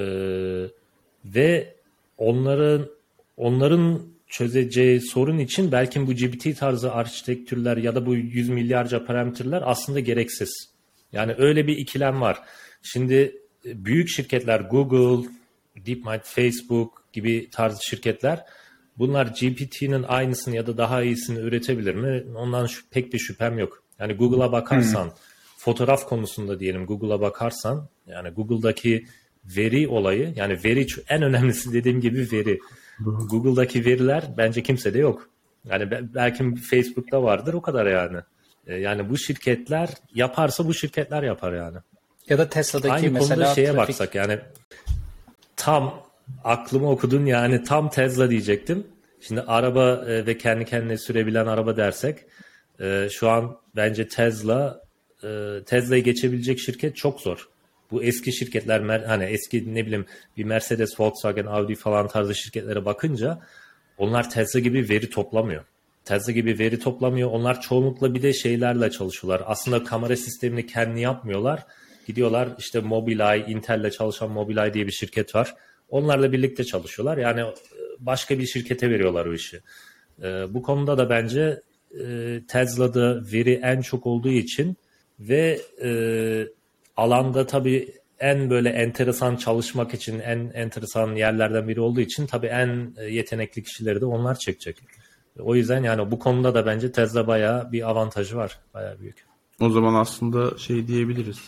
Ve onların çözeceği sorun için belki bu GPT tarzı arşitektürler ya da bu 100 milyarca parametreler aslında gereksiz. Yani öyle bir ikilem var. Şimdi büyük şirketler, Google, DeepMind, Facebook gibi tarz şirketler, bunlar GPT'nin aynısını ya da daha iyisini üretebilir mi? Ondan pek bir şüphem yok. Yani Google'a bakarsan, fotoğraf konusunda diyelim Google'a bakarsan, yani Google'daki veri olayı, yani veri en önemlisi dediğim gibi veri. Google'daki veriler bence kimsede yok. Yani belki Facebook'ta vardır, o kadar yani. Yani bu şirketler yaparsa bu şirketler yapar yani. Ya da Tesla'daki aynı mesela konuda şeye baksak, yani tam aklımı okudun, yani tam Tesla diyecektim. Şimdi araba ve kendi kendine sürebilen araba dersek şu an bence Tesla'yı geçebilecek şirket çok zor. Bu eski şirketler, hani eski ne bileyim bir Mercedes, Volkswagen, Audi falan tarzı şirketlere bakınca onlar Tesla gibi veri toplamıyor. Onlar çoğunlukla bir de şeylerle çalışıyorlar. Aslında kamera sistemini kendi yapmıyorlar. Gidiyorlar işte Mobileye, Intel'le çalışan Mobileye diye bir şirket var. Onlarla birlikte çalışıyorlar. Yani başka bir şirkete veriyorlar o işi. Bu konuda da bence Tesla'da veri en çok olduğu için ve alanda tabii en böyle enteresan çalışmak için en enteresan yerlerden biri olduğu için tabii en yetenekli kişileri de onlar çekecek. O yüzden yani bu konuda da bence Tesla bayağı bir avantajı var. Bayağı büyük. O zaman aslında şey diyebiliriz.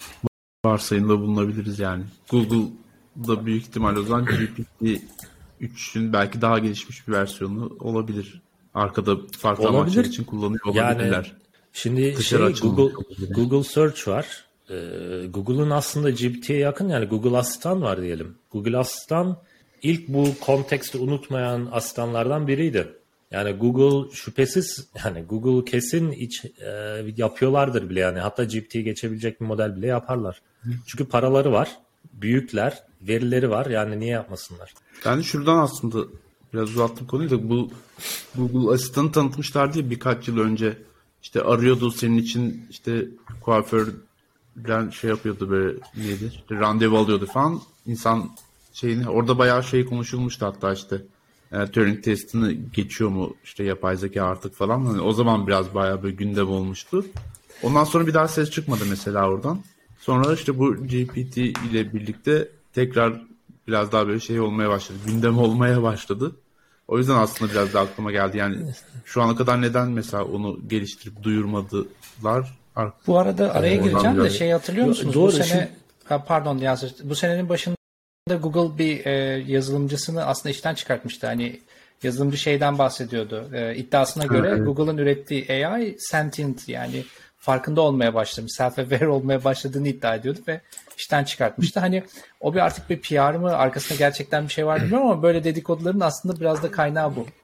varsayımda bulunabiliriz yani. Google'da büyük ihtimal o zaman GPT-3'ün belki daha gelişmiş bir versiyonu olabilir. Arkada farklı amaçlar için kullanıyor olabilirler. Yani şimdi Dışarı Google Search var. Google'un aslında GPT'ye yakın, yani Google Asistan var diyelim. Google Asistan ilk bu konteksti unutmayan asistanlardan biriydi. Yani Google şüphesiz, yani Google kesin yapıyorlardır bile yani. Hatta GPT'yi geçebilecek bir model bile yaparlar. Çünkü paraları var, büyükler, verileri var. Yani niye yapmasınlar? Yani şuradan aslında biraz uzattım konuyu da, bu Google Asistan'ı tanıtmışlar diye birkaç yıl önce işte arıyordu senin için, işte kuaförden şey yapıyordu, böyle neydi, işte randevu alıyordu falan. İnsan orada bayağı şey konuşulmuştu hatta, işte Turing testini geçiyor mu işte yapay zeka artık falan. Hani o zaman biraz bayağı böyle gündem olmuştu. Ondan sonra bir daha ses çıkmadı mesela oradan. Sonra işte bu GPT ile birlikte tekrar biraz daha böyle şey olmaya başladı. Gündem olmaya başladı. O yüzden aslında biraz da aklıma geldi. Yani şu ana kadar neden mesela onu geliştirip duyurmadılar? Bu arada araya gireceğim de şey hatırlıyor musunuz? Doğru, Bu sene pardon Yasir, bu senenin başında Google bir yazılımcısını aslında işten çıkartmıştı. Hani yazılımcı şeyden bahsediyordu. İddiasına göre evet. Google'ın ürettiği AI sentient, yani farkında olmaya başlamış, self-aware olmaya başladığını iddia ediyordu ve işten çıkartmıştı. Hani o bir artık bir PR mı, arkasında gerçekten bir şey var bilmiyorum ama böyle dedikoduların aslında biraz da kaynağı bu.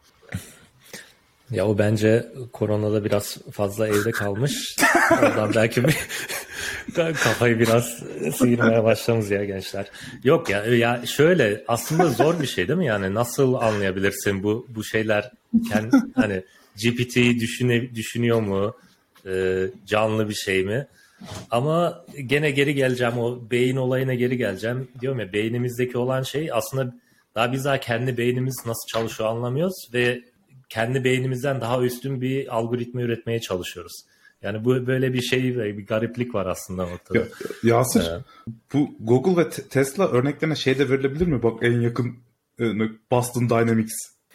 Ya o bence koronada biraz fazla evde kalmış. Oradan belki kafayı biraz sıyırmaya başlamış ya gençler. Yok ya şöyle, aslında zor bir şey değil mi? Yani nasıl anlayabilirsin bu şeyler, hani GPT'yi düşünüyor mu? Canlı bir şey mi? Ama gene geri geleceğim, o beyin olayına geri geleceğim. Diyorum ya, beynimizdeki olan şey aslında daha biz kendi beynimiz nasıl çalışıyor anlamıyoruz ve kendi beynimizden daha üstün bir algoritma üretmeye çalışıyoruz. Yani bu böyle bir şey, bir gariplik var aslında ortada. Yasir, bu Google ve Tesla örneklerine şey de verilebilir mi? Bak en yakın Boston Dynamics.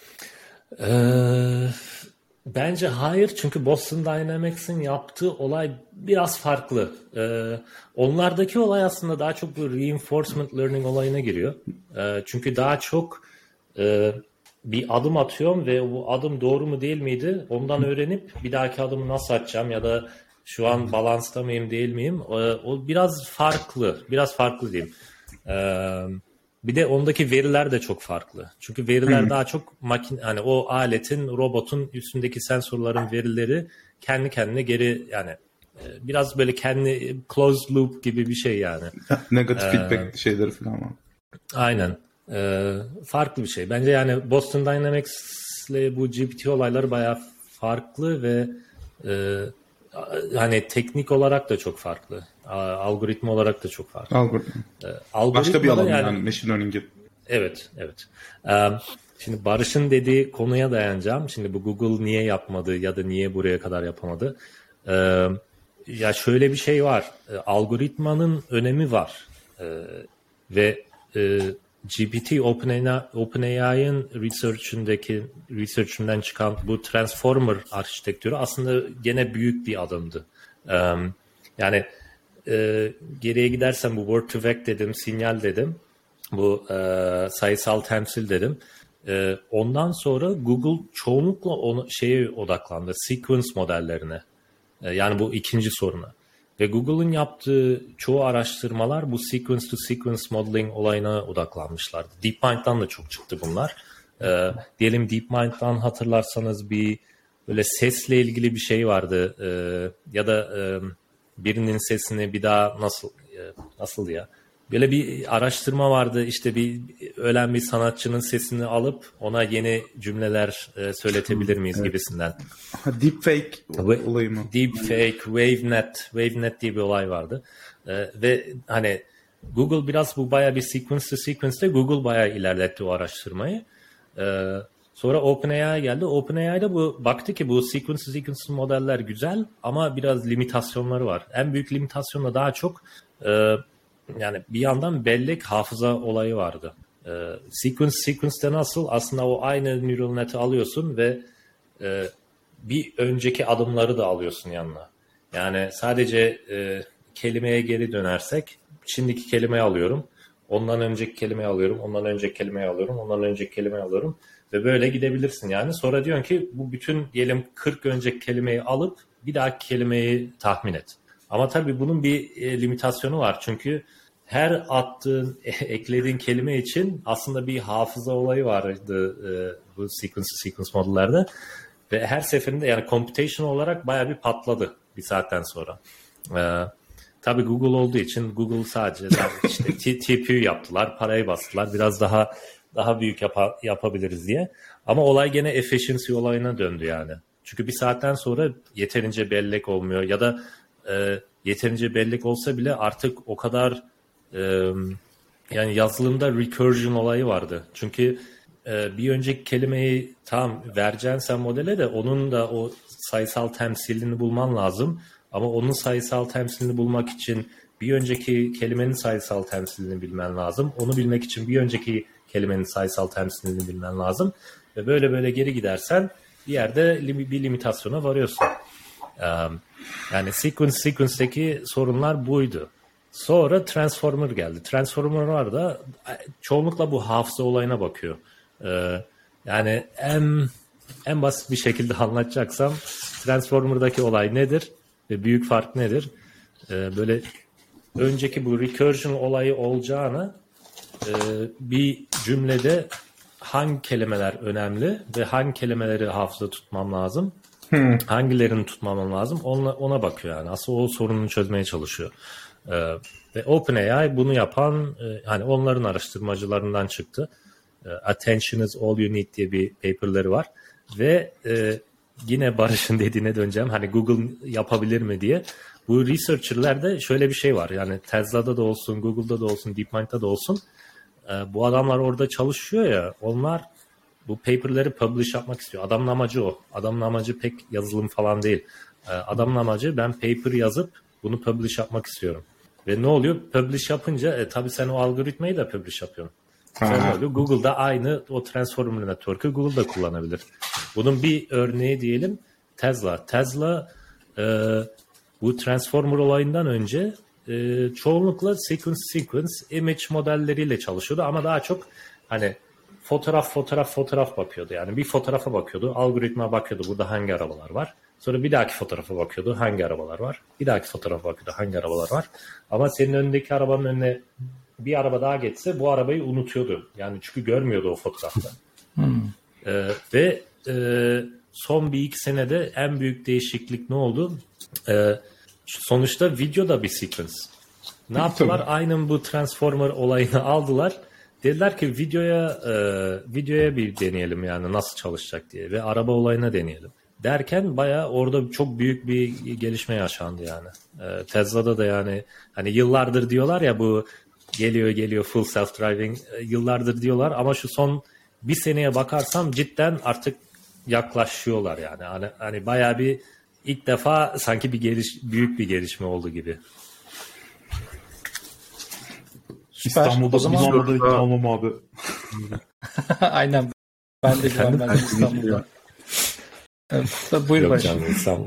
Bence hayır, çünkü Boston Dynamics'in yaptığı olay biraz farklı. Onlardaki olay aslında daha çok bu reinforcement learning olayına giriyor. Çünkü daha çok bir adım atıyorum ve bu adım doğru mu değil miydi ondan öğrenip bir dahaki adımı nasıl atacağım ya da şu an balansta mıyım değil miyim, o biraz farklı diyeyim. Bir de ondaki veriler de çok farklı. Çünkü veriler daha çok hani o aletin, robotun üstündeki sensörlerin verileri kendi kendine geri, yani biraz böyle kendi closed loop gibi bir şey yani. Negatif feedback şeyleri falan var. Aynen. Farklı bir şey. Bence yani Boston Dynamics'le bu GPT olayları bayağı farklı ve hani teknik olarak da çok farklı. Algoritma olarak da çok farklı. Başka bir alan yani machine learning gibi. Evet. Şimdi Barış'ın dediği konuya dayanacağım. Şimdi bu Google niye yapmadı ya da niye buraya kadar yapamadı? Ya şöyle bir şey var. Algoritmanın önemi var. Ve GPT OpenAI'ın research'ünden çıkan bu transformer arşitektürü aslında gene büyük bir adımdı. Yani geriye gidersem bu word to vec dedim, sinyal dedim, bu sayısal temsil dedim. Ondan sonra Google çoğunlukla şeye odaklandı, sequence modellerine. Yani bu ikinci soruna. Ve Google'ın yaptığı çoğu araştırmalar bu sequence to sequence modeling olayına odaklanmışlardı. DeepMind'dan da çok çıktı bunlar. Diyelim DeepMind'dan hatırlarsanız bir böyle sesle ilgili bir şey vardı. Ya da birinin sesini bir daha nasıl ya? Böyle bir araştırma vardı, işte bir ölen bir sanatçının sesini alıp ona yeni cümleler söyletebilir miyiz gibisinden. Deepfake olayı mı? Deepfake, WaveNet diye bir olay vardı. Ve hani Google biraz bu bayağı bir sequence to sequence'de Google bayağı ilerletti o araştırmayı. Sonra OpenAI geldi. OpenAI'da baktı ki bu sequence to sequence modeller güzel ama biraz limitasyonları var. En büyük limitasyonla daha çok yani bir yandan bellek hafıza olayı vardı. Sequence'de nasıl? Aslında o aynı neural net'i alıyorsun ve bir önceki adımları da alıyorsun yanına. Yani sadece kelimeye geri dönersek, şimdiki kelimeyi alıyorum. Ondan önceki kelimeyi alıyorum. Ondan önceki kelimeyi alıyorum. Ondan önceki kelimeyi alıyorum. Ve böyle gidebilirsin yani. Sonra diyorsun ki bu bütün diyelim 40 önceki kelimeyi alıp bir dahaki kelimeyi tahmin et. Ama tabii bunun bir limitasyonu var. Çünkü her attığın, eklediğin kelime için aslında bir hafıza olayı vardı bu sequence modellerde. Ve her seferinde yani computation olarak bayağı bir patladı bir saatten sonra. Tabii Google olduğu için Google sadece işte TPU yaptılar, parayı bastılar. Biraz daha büyük yapabiliriz diye. Ama olay gene efficiency olayına döndü yani. Çünkü bir saatten sonra yeterince bellek olmuyor ya da yeterince bellek olsa bile artık o kadar yani yazılımda recursion olayı vardı. Çünkü bir önceki kelimeyi tam vereceksin sen modele de onun da o sayısal temsilini bulman lazım. Ama onun sayısal temsilini bulmak için bir önceki kelimenin sayısal temsilini bilmen lazım. Onu bilmek için bir önceki kelimenin sayısal temsilini bilmen lazım. Ve böyle geri gidersen bir yerde bir limitasyona varıyorsun. Yani sequence'deki sorunlar buydu. Sonra Transformer geldi. Transformer'lar da çoğunlukla bu hafıza olayına bakıyor. Yani en basit bir şekilde anlatacaksam Transformer'daki olay nedir ve büyük fark nedir? Böyle önceki bu recursion olayı olacağına bir cümlede hangi kelimeler önemli ve hangi kelimeleri hafızada tutmam lazım, hangilerini tutmam lazım ona bakıyor yani. Aslında o sorununu çözmeye çalışıyor. Ve OpenAI bunu yapan hani onların araştırmacılarından çıktı. Attention is all you need diye bir paper'ları var. Ve yine Barış'ın dediğine döneceğim. Hani Google yapabilir mi diye. Bu researcher'lerde şöyle bir şey var. Yani Tesla'da da olsun, Google'da da olsun, DeepMind'da da olsun. Bu adamlar orada çalışıyor ya. Onlar bu paper'ları publish yapmak istiyor. Adamın amacı o. Adamın amacı pek yazılım falan değil. Adamın amacı ben paper yazıp bunu publish yapmak istiyorum. Ve ne oluyor? Publish yapınca tabii sen o algoritmayı da publish yapıyorsun. Sonra oluyor. Google'da aynı o Transformer Network'ı Google'da kullanabilir. Bunun bir örneği diyelim Tesla. Tesla bu Transformer olayından önce çoğunlukla sequence image modelleriyle çalışıyordu ama daha çok hani fotoğraf bakıyordu. Yani bir fotoğrafa bakıyordu, algoritma bakıyordu burada hangi arabalar var. Sonra bir dahaki fotoğrafa bakıyordu hangi arabalar var. Bir dahaki fotoğrafa bakıyordu hangi arabalar var. Ama senin önündeki arabanın önüne bir araba daha geçse bu arabayı unutuyordu. Yani çünkü görmüyordu o fotoğrafta. Ve son bir iki senede en büyük değişiklik ne oldu? Sonuçta video da bir sequence. Ne yaptılar? Aynen bu Transformer olayını aldılar. Dediler ki videoya bir deneyelim yani nasıl çalışacak diye ve araba olayına deneyelim. Derken bayağı orada çok büyük bir gelişme yaşandı yani. Tesla'da da yani hani yıllardır diyorlar ya bu geliyor full self driving yıllardır diyorlar ama şu son bir seneye bakarsam cidden artık yaklaşıyorlar yani. Hani bayağı bir ilk defa sanki büyük bir gelişme oldu gibi. İstanbul'da kullanmadığı tamam abi. Aynen. Ben de güvenmem İstanbul'da. Buyur Barış.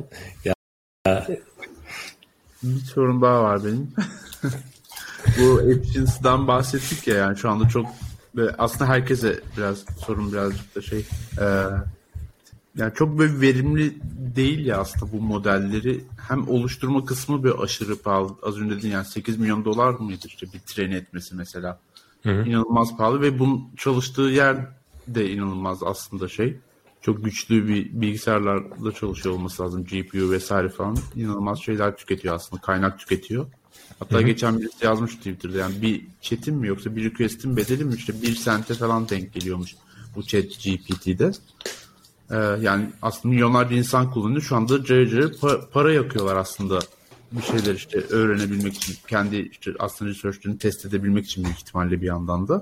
Bir sorun daha var benim. Bu efficiency'den bahsettik ya yani şu anda çok aslında herkese birazcık da yani çok böyle verimli değil ya aslında bu modelleri hem oluşturma kısmı bir aşırı pahalı. Az önce dedin yani $8 milyon mıydı işte bir train etmesi mesela. İnanılmaz pahalı ve bunun çalıştığı yer de inanılmaz aslında çok güçlü bir bilgisayarlarla çalışıyor olması lazım. GPU vesaire falan inanılmaz şeyler tüketiyor aslında. Kaynak tüketiyor. Hatta geçen birisi yazmış Twitter'da yani bir chat'in mi yoksa bir request'in bedeli mi işte 1 sente falan denk geliyormuş bu chat GPT'de. Yani aslında milyonlarca insan kullanıyor. Şu anda cayır para yakıyorlar aslında bir şeyler işte öğrenebilmek için. Kendi işte aslında research'lerini test edebilmek için büyük ihtimalle bir yandan da.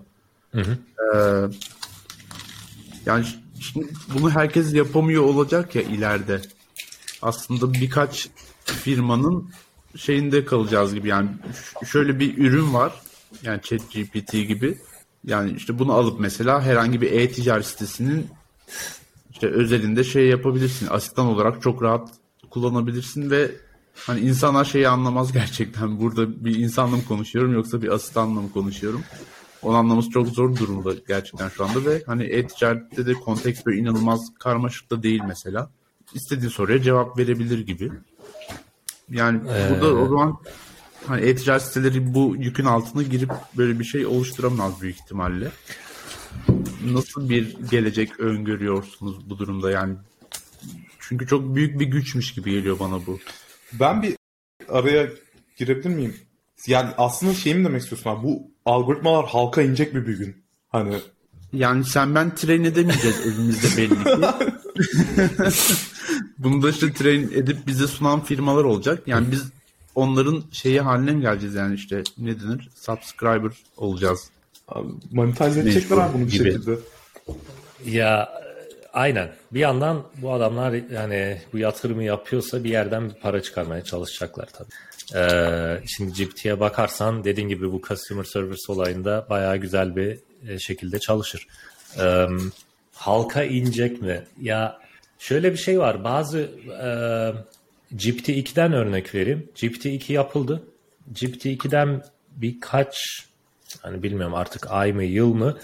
Yani şimdi bunu herkes yapamıyor olacak ya ileride. Aslında birkaç firmanın şeyinde kalacağız gibi yani şöyle bir ürün var yani ChatGPT gibi yani işte bunu alıp mesela herhangi bir e-ticaret sitesinin işte özelinde yapabilirsin asistan olarak çok rahat kullanabilirsin ve Hani insanlar şeyi anlamaz gerçekten. Burada bir insanla mı konuşuyorum yoksa bir asistanla mı konuşuyorum? Onu anlaması çok zor durumda gerçekten şu anda ve hani e-ticarette de konteks böyle inanılmaz karmaşık da değil mesela. İstediğin soruya cevap verebilir gibi. Yani burada o zaman hani e-ticaret siteleri bu yükün altına girip böyle bir şey oluşturamaz büyük ihtimalle. Nasıl bir gelecek öngörüyorsunuz bu durumda yani? Çünkü çok büyük bir güçmüş gibi geliyor bana bu. Ben bir araya girebilir miyim? Yani aslında şey mi demek istiyorsun abi? Bu algoritmalar halka inecek mi bir gün? Hani Yani sen ben train edemeyeceğiz elimizde belli ki. Bunu da işte train edip bize sunan firmalar olacak. Yani biz onların şeyi haline mi geleceğiz yani işte ne denir? Subscriber olacağız. monetize edecekler abi bunu bir gibi. şekilde. Ya aynen. Bir yandan bu adamlar yani bu yatırımı yapıyorsa bir yerden bir para çıkarmaya çalışacaklar tabii. Şimdi GPT'ye bakarsan dediğin gibi bu customer service olayında bayağı güzel bir şekilde çalışır. Halka inecek mi? Ya şöyle bir şey var. Bazı GPT-2'den örnek vereyim. GPT-2 yapıldı. GPT-2'den birkaç hani bilmiyorum artık ay mı yıl mı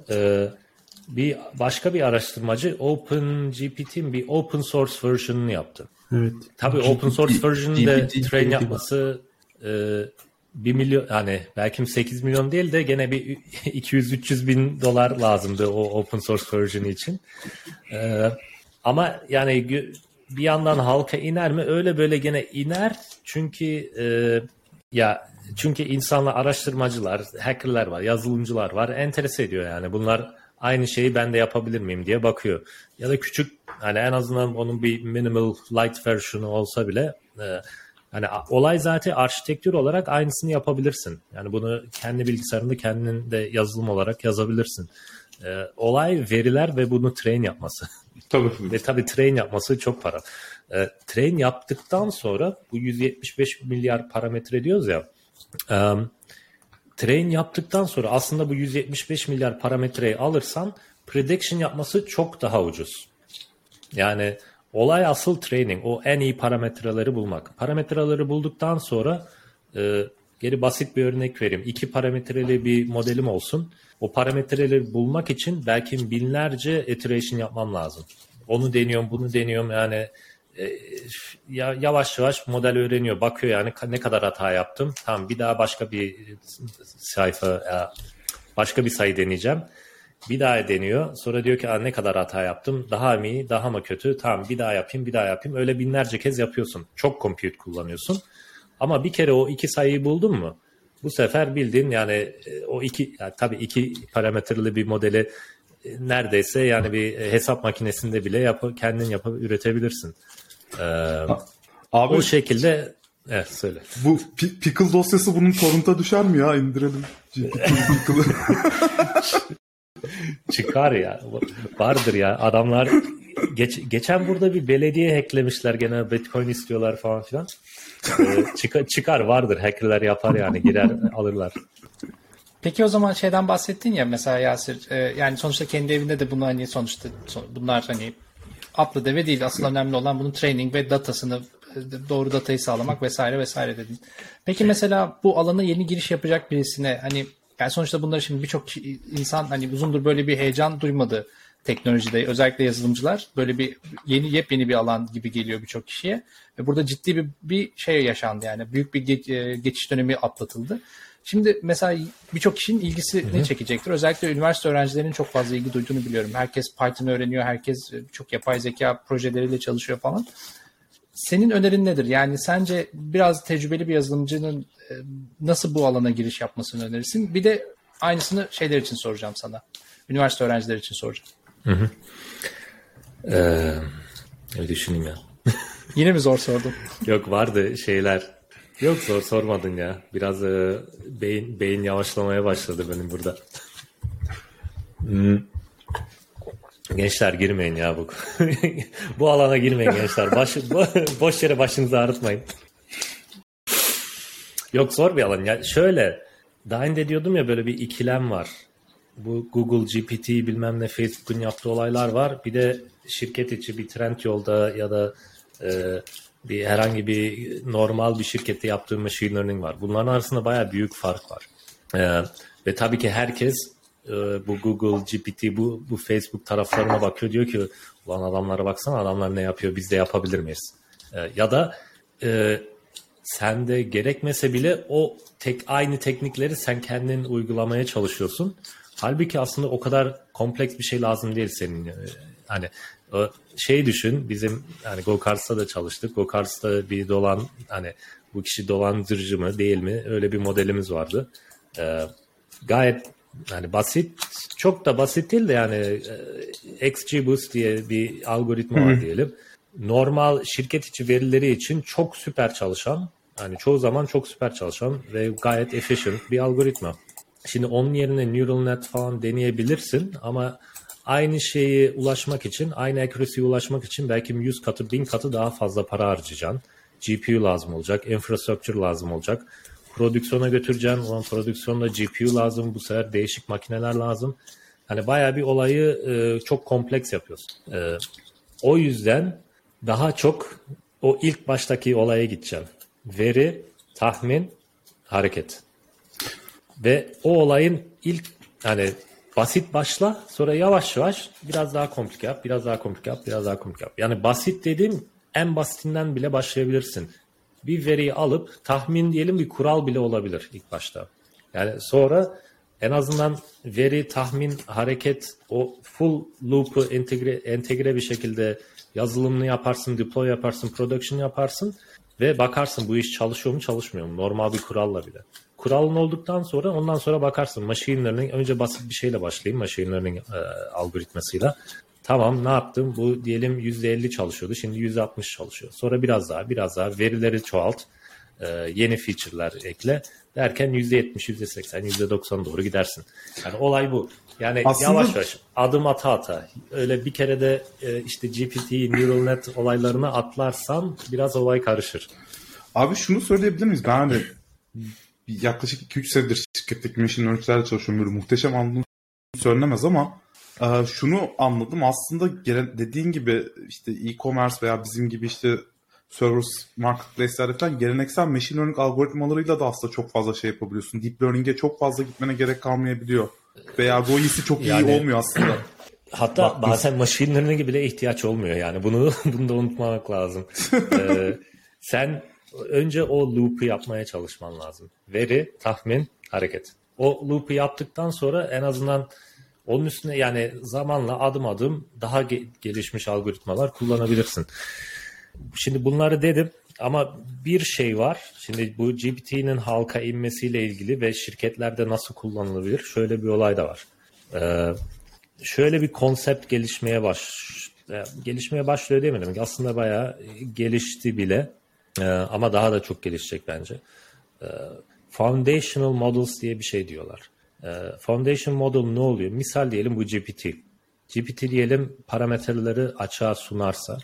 bir başka bir araştırmacı OpenGPT'nin bir open source version'ını yaptı. Evet. Tabii open source version'ı da GPT train yapması 1 milyon yani belki 8 milyon değil de gene bir 200-300 bin dolar lazımdı o open source version'ı için. Ama yani bir yandan halka iner mi? Öyle böyle gene iner. Çünkü çünkü insanlar, araştırmacılar, hackerlar var, yazılımcılar var. Enterese ediyor yani. Bunlar aynı şeyi ben de yapabilir miyim diye bakıyor. Ya da küçük hani en azından onun bir minimal light versiyonu olsa bile hani olay zaten arşitektür olarak aynısını yapabilirsin. Yani bunu kendi bilgisayarında kendin de yazılım olarak yazabilirsin. Olay veriler ve bunu train yapması. Tabii. Ve tabii train yapması çok para. Train yaptıktan sonra bu 175 milyar parametre diyoruz ya. Train yaptıktan sonra aslında bu 175 milyar parametreyi alırsan prediction yapması çok daha ucuz. Yani olay asıl training. O en iyi parametreleri bulmak. Parametreleri bulduktan sonra geri basit bir örnek vereyim. 2 parametreli bir modelim olsun. O parametreleri bulmak için belki binlerce iteration yapmam lazım. Onu deniyorum, bunu deniyorum yani yavaş yavaş model öğreniyor. Bakıyor yani ne kadar hata yaptım. Tamam bir daha başka bir sayfa, başka bir sayı deneyeceğim. Bir daha deniyor. Sonra diyor ki ne kadar hata yaptım. Daha mı iyi, daha mı kötü? Tamam bir daha yapayım, bir daha yapayım. Öyle binlerce kez yapıyorsun. Çok compute kullanıyorsun. Ama bir kere o 2 sayıyı buldun mu? Bu sefer bildin yani o yani tabii 2 parametreli bir modeli neredeyse yani bir hesap makinesinde bile kendin yapıp üretebilirsin. Abi o şekilde evet söyle. Bu pickle dosyası bunun torrent'a düşer mi ya? İndirelim. Pickle'ı. Çıkar ya. Vardır ya. Adamlar geçen burada bir belediye hacklemişler. Gene Bitcoin istiyorlar falan filan. Çıkar vardır. Hackerler yapar yani. Girer alırlar. Peki o zaman şeyden bahsettin ya mesela Yasir, yani sonuçta kendi evinde de bunu hani sonuçta bunlar hani atlı deve değil. Asıl önemli olan bunun training ve datasını, doğru datayı sağlamak vesaire vesaire dedin. Peki mesela bu alana yeni giriş yapacak birisine hani yani sonuçta bunları şimdi birçok insan hani uzundur böyle bir heyecan duymadı teknolojide. Özellikle yazılımcılar böyle bir yepyeni bir alan gibi geliyor birçok kişiye. Ve burada ciddi bir şey yaşandı yani. Büyük bir geçiş dönemi atlatıldı. Şimdi mesela birçok kişinin ilgisini çekecektir. Özellikle üniversite öğrencilerinin çok fazla ilgi duyduğunu biliyorum. Herkes Python öğreniyor, herkes çok yapay zeka projeleriyle çalışıyor falan. Senin önerin nedir? Yani sence biraz tecrübeli bir yazılımcının nasıl bu alana giriş yapmasını önerirsin? Bir de aynısını şeyler için soracağım sana. Üniversite öğrencileri için soracağım. Bir düşüneyim ya. Yine mi zor sordum? Yok vardı şeyler. Yok zor sormadın ya. Biraz beyin yavaşlamaya başladı benim burada. Gençler girmeyin ya bu. Bu alana girmeyin gençler. Boş yere başınızı ağrıtmayın. Yok zor bir alan. Ya şöyle daha önce diyordum ya böyle bir ikilem var. Bu Google GPT bilmem ne Facebook'un yaptığı olaylar var. Bir de şirket içi bir Trendyol'da ya da herhangi bir normal bir şirkette yaptığın machine learning var. Bunların arasında bayağı büyük fark var. Ve tabii ki herkes bu Google, GPT, bu Facebook taraflarına bakıyor. Diyor ki ulan adamlara baksana, adamlar ne yapıyor, biz de yapabilir miyiz? Ya da sen de gerekmese bile aynı teknikleri sen kendin uygulamaya çalışıyorsun. Halbuki aslında o kadar kompleks bir şey lazım değil senin. Hani düşün, bizim hani Go-Karts'ta da çalıştık. Go-Karts'ta bir hani bu kişi dolandırıcı mı değil mi? Öyle bir modelimiz vardı. Gayet hani basit, çok da basit değil de yani XGBoost diye bir algoritma var diyelim. Normal şirket içi verileri için çok süper çalışan, hani çoğu zaman çok süper çalışan ve gayet efficient bir algoritma. Şimdi onun yerine neural net falan deneyebilirsin ama aynı şeye ulaşmak için, aynı accuracy'ye ulaşmak için belki 100 katı, 1000 katı daha fazla para harcayacaksın. GPU lazım olacak, infrastructure lazım olacak. Prodüksiyona götüreceksin, olan prodüksiyonda GPU lazım, bu sefer değişik makineler lazım. Hani bayağı bir olayı çok kompleks yapıyorsun. O yüzden daha çok o ilk baştaki olaya gideceğim. Veri, tahmin, hareket. Ve o olayın ilk hani basit başla, sonra yavaş yavaş biraz daha komplike yap, biraz daha komplike yap, biraz daha komplike yap. Yani basit dediğim en basitinden bile başlayabilirsin. Bir veriyi alıp tahmin diyelim bir kural bile olabilir ilk başta. Yani sonra en azından veri, tahmin, hareket o full loop'u entegre bir şekilde yazılımını yaparsın, deploy yaparsın, production yaparsın ve bakarsın bu iş çalışıyor mu çalışmıyor mu normal bir kuralla bile. Kuralın olduktan sonra ondan sonra bakarsın machine learning, önce basit bir şeyle başlayayım machine learning algoritmasıyla. Tamam, ne yaptım? Bu diyelim %50 çalışıyordu. Şimdi %60 çalışıyor. Sonra biraz daha verileri çoğalt. Yeni feature'lar ekle. Derken %70, %80, %90 doğru gidersin. Yani olay bu. Yani aslında yavaş yavaş adım ata. Öyle bir kere de işte GPT, neural net olaylarına atlarsan biraz olay karışır. Abi şunu söyleyebilir miyiz? Ben de yaklaşık 2-3 senedir şirketteki machine learning'lerle çalışıyorum. Böyle muhteşem anladığım söylenemez ama şunu anladım. Aslında dediğin gibi işte e-commerce veya bizim gibi işte server marketplace'lerde falan geleneksel machine learning algoritmalarıyla da aslında çok fazla şey yapabiliyorsun. Deep learning'e çok fazla gitmene gerek kalmayabiliyor. Veya GOI'si çok iyi olmuyor aslında. Hatta bazen machine learning'e bile ihtiyaç olmuyor yani. Bunu da unutmamak lazım. Sen önce o loop'u yapmaya çalışman lazım. Veri, tahmin, hareket. O loop'u yaptıktan sonra en azından onun üstüne yani zamanla adım adım daha gelişmiş algoritmalar kullanabilirsin. Şimdi bunları dedim ama bir şey var. Şimdi bu GPT'nin halka inmesiyle ilgili ve şirketlerde nasıl kullanılabilir? Şöyle bir olay da var. Şöyle bir konsept gelişmeye başlıyor demedim. Aslında bayağı gelişti bile ama daha da çok gelişecek bence. Foundational Models diye bir şey diyorlar. Foundation Model ne oluyor? Misal diyelim bu GPT. GPT diyelim parametreleri açığa sunarsa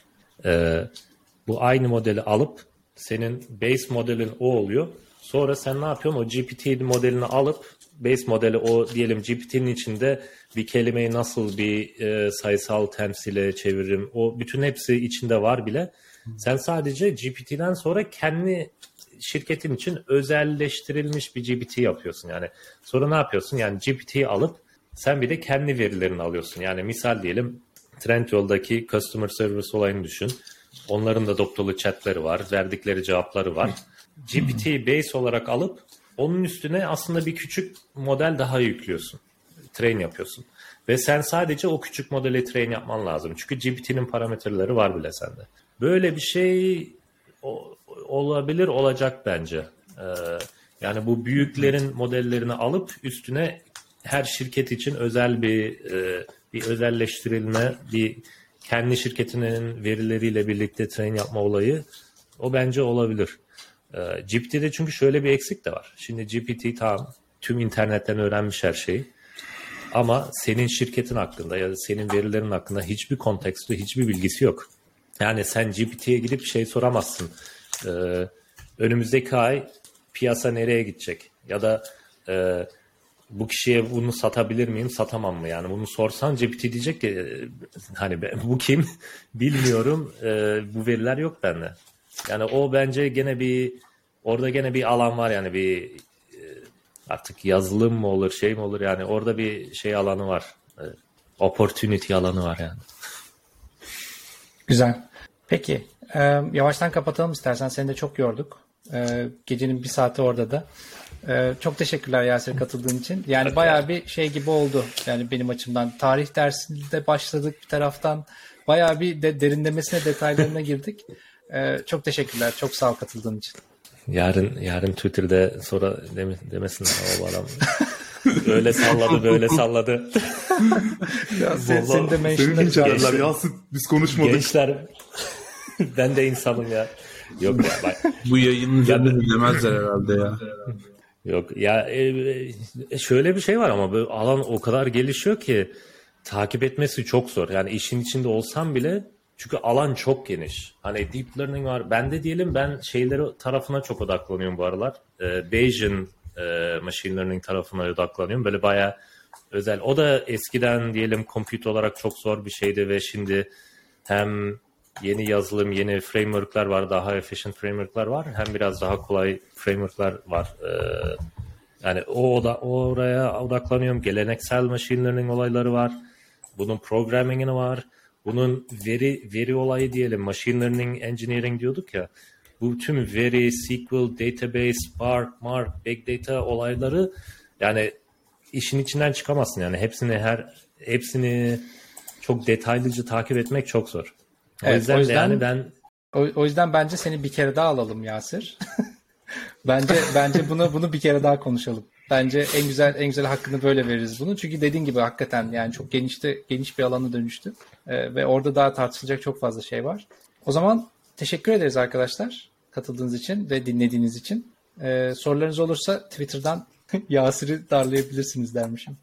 bu aynı modeli alıp senin base modelin o oluyor. Sonra sen ne yapıyorsun? O GPT modelini alıp base modeli o diyelim GPT'nin içinde bir kelimeyi nasıl bir sayısal temsile çeviririm. O bütün hepsi içinde var bile. Sen sadece GPT'den sonra kendi şirketin için özelleştirilmiş bir GPT yapıyorsun. Yani sonra ne yapıyorsun? Yani GPT'yi alıp sen bir de kendi verilerini alıyorsun. Yani misal diyelim Trendyol'daki customer service olayını düşün. Onların da doktorlu chatleri var, verdikleri cevapları var. GPT'yi base olarak alıp onun üstüne aslında bir küçük model daha yüklüyorsun. Train yapıyorsun. Ve sen sadece o küçük modeli train yapman lazım. Çünkü GPT'nin parametreleri var bile sende. Böyle bir şey olabilir, olacak bence. Yani bu büyüklerin modellerini alıp üstüne her şirket için özel bir özelleştirilme, bir kendi şirketinin verileriyle birlikte train yapma olayı o bence olabilir. GPT'de çünkü şöyle bir eksik de var. Şimdi GPT tamam tüm internetten öğrenmiş her şeyi. Ama senin şirketin hakkında ya da senin verilerin hakkında hiçbir konteksti, hiçbir bilgisi yok. Yani sen GPT'ye gidip şey soramazsın. Önümüzdeki ay piyasa nereye gidecek? Ya da bu kişiye bunu satabilir miyim, satamam mı? Yani bunu sorsan GPT diyecek ki hani bu kim bilmiyorum, bu veriler yok bende. Yani o bence gene orada gene bir alan var yani artık yazılım mı olur şey mi olur yani orada bir şey alanı var. Opportunity alanı var yani. Güzel. Peki yavaştan kapatalım istersen. Seni de çok yorduk. Gecenin bir saati orada da. Çok teşekkürler Yasir katıldığın için. Yani bayağı bir şey gibi oldu. Yani benim açımdan. Tarih dersinde başladık bir taraftan. Bayağı bir derinlemesine detaylarına girdik. Çok teşekkürler. Çok sağ ol katıldığın için. Yarın Twitter'da sonra demesinler o adam öyle salladı böyle salladı. Ya seni de Seni linç ederler Yasin. Biz konuşmadık. Gençler ben de insanım ya. Yok ya bak. Bu yayının üzerinde dinlemezler herhalde ya. Yok ya şöyle bir şey var ama böyle alan o kadar gelişiyor ki takip etmesi çok zor. Yani işin içinde olsam bile çünkü alan çok geniş. Hani deep learning var. Ben de diyelim ben şeyleri tarafına çok odaklanıyorum bu aralar. Bayesian machine learning tarafına odaklanıyorum. Böyle bayağı özel. O da eskiden diyelim compute olarak çok zor bir şeydi ve şimdi hem yeni yazılım, yeni framework'lar var, daha efficient framework'lar var. Hem biraz daha kolay framework'lar var. Yani oraya odaklanıyorum. Geleneksel machine learning olayları var. Bunun programming'i var. Bunun veri olayı diyelim. Machine learning engineering diyorduk ya. Bu tüm veri, SQL, database, Spark, Mark, Big Data olayları yani işin içinden çıkamazsın. Yani hepsini çok detaylıca takip etmek çok zor. Evet, o yüzden yani o yüzden bence seni bir kere daha alalım Yasir. Bence bunu bir kere daha konuşalım. Bence en güzel hakkını böyle veririz bunu. Çünkü dediğin gibi hakikaten yani çok geniş bir alana dönüştü. Ve orada daha tartışılacak çok fazla şey var. O zaman teşekkür ederiz arkadaşlar katıldığınız için ve dinlediğiniz için. Sorularınız olursa Twitter'dan Yasir'i darlayabilirsiniz dermişim.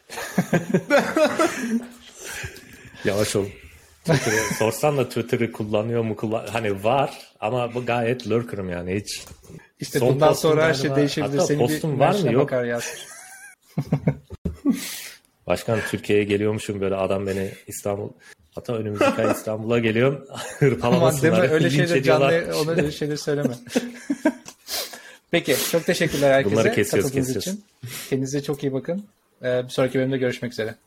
Yavaş ol. Sorsan da Twitter'ı kullanıyor mu? Hani var ama bu gayet lurker'ım yani hiç. İşte bundan sonra her şey değişebilir. Hatta Senin postum bir var mı? Yok. Bakar Yasir. Başkan Türkiye'ye geliyormuşum böyle adam beni hatta önümüzdeki ay İstanbul'a geliyorum. Hırpalamasınlar. Aman deme öyle şeyler ona öyle şeyler söyleme. Peki çok teşekkürler herkese Bunları kesiyoruz. için. Kendinize çok iyi bakın. Bir sonraki bölümde görüşmek üzere.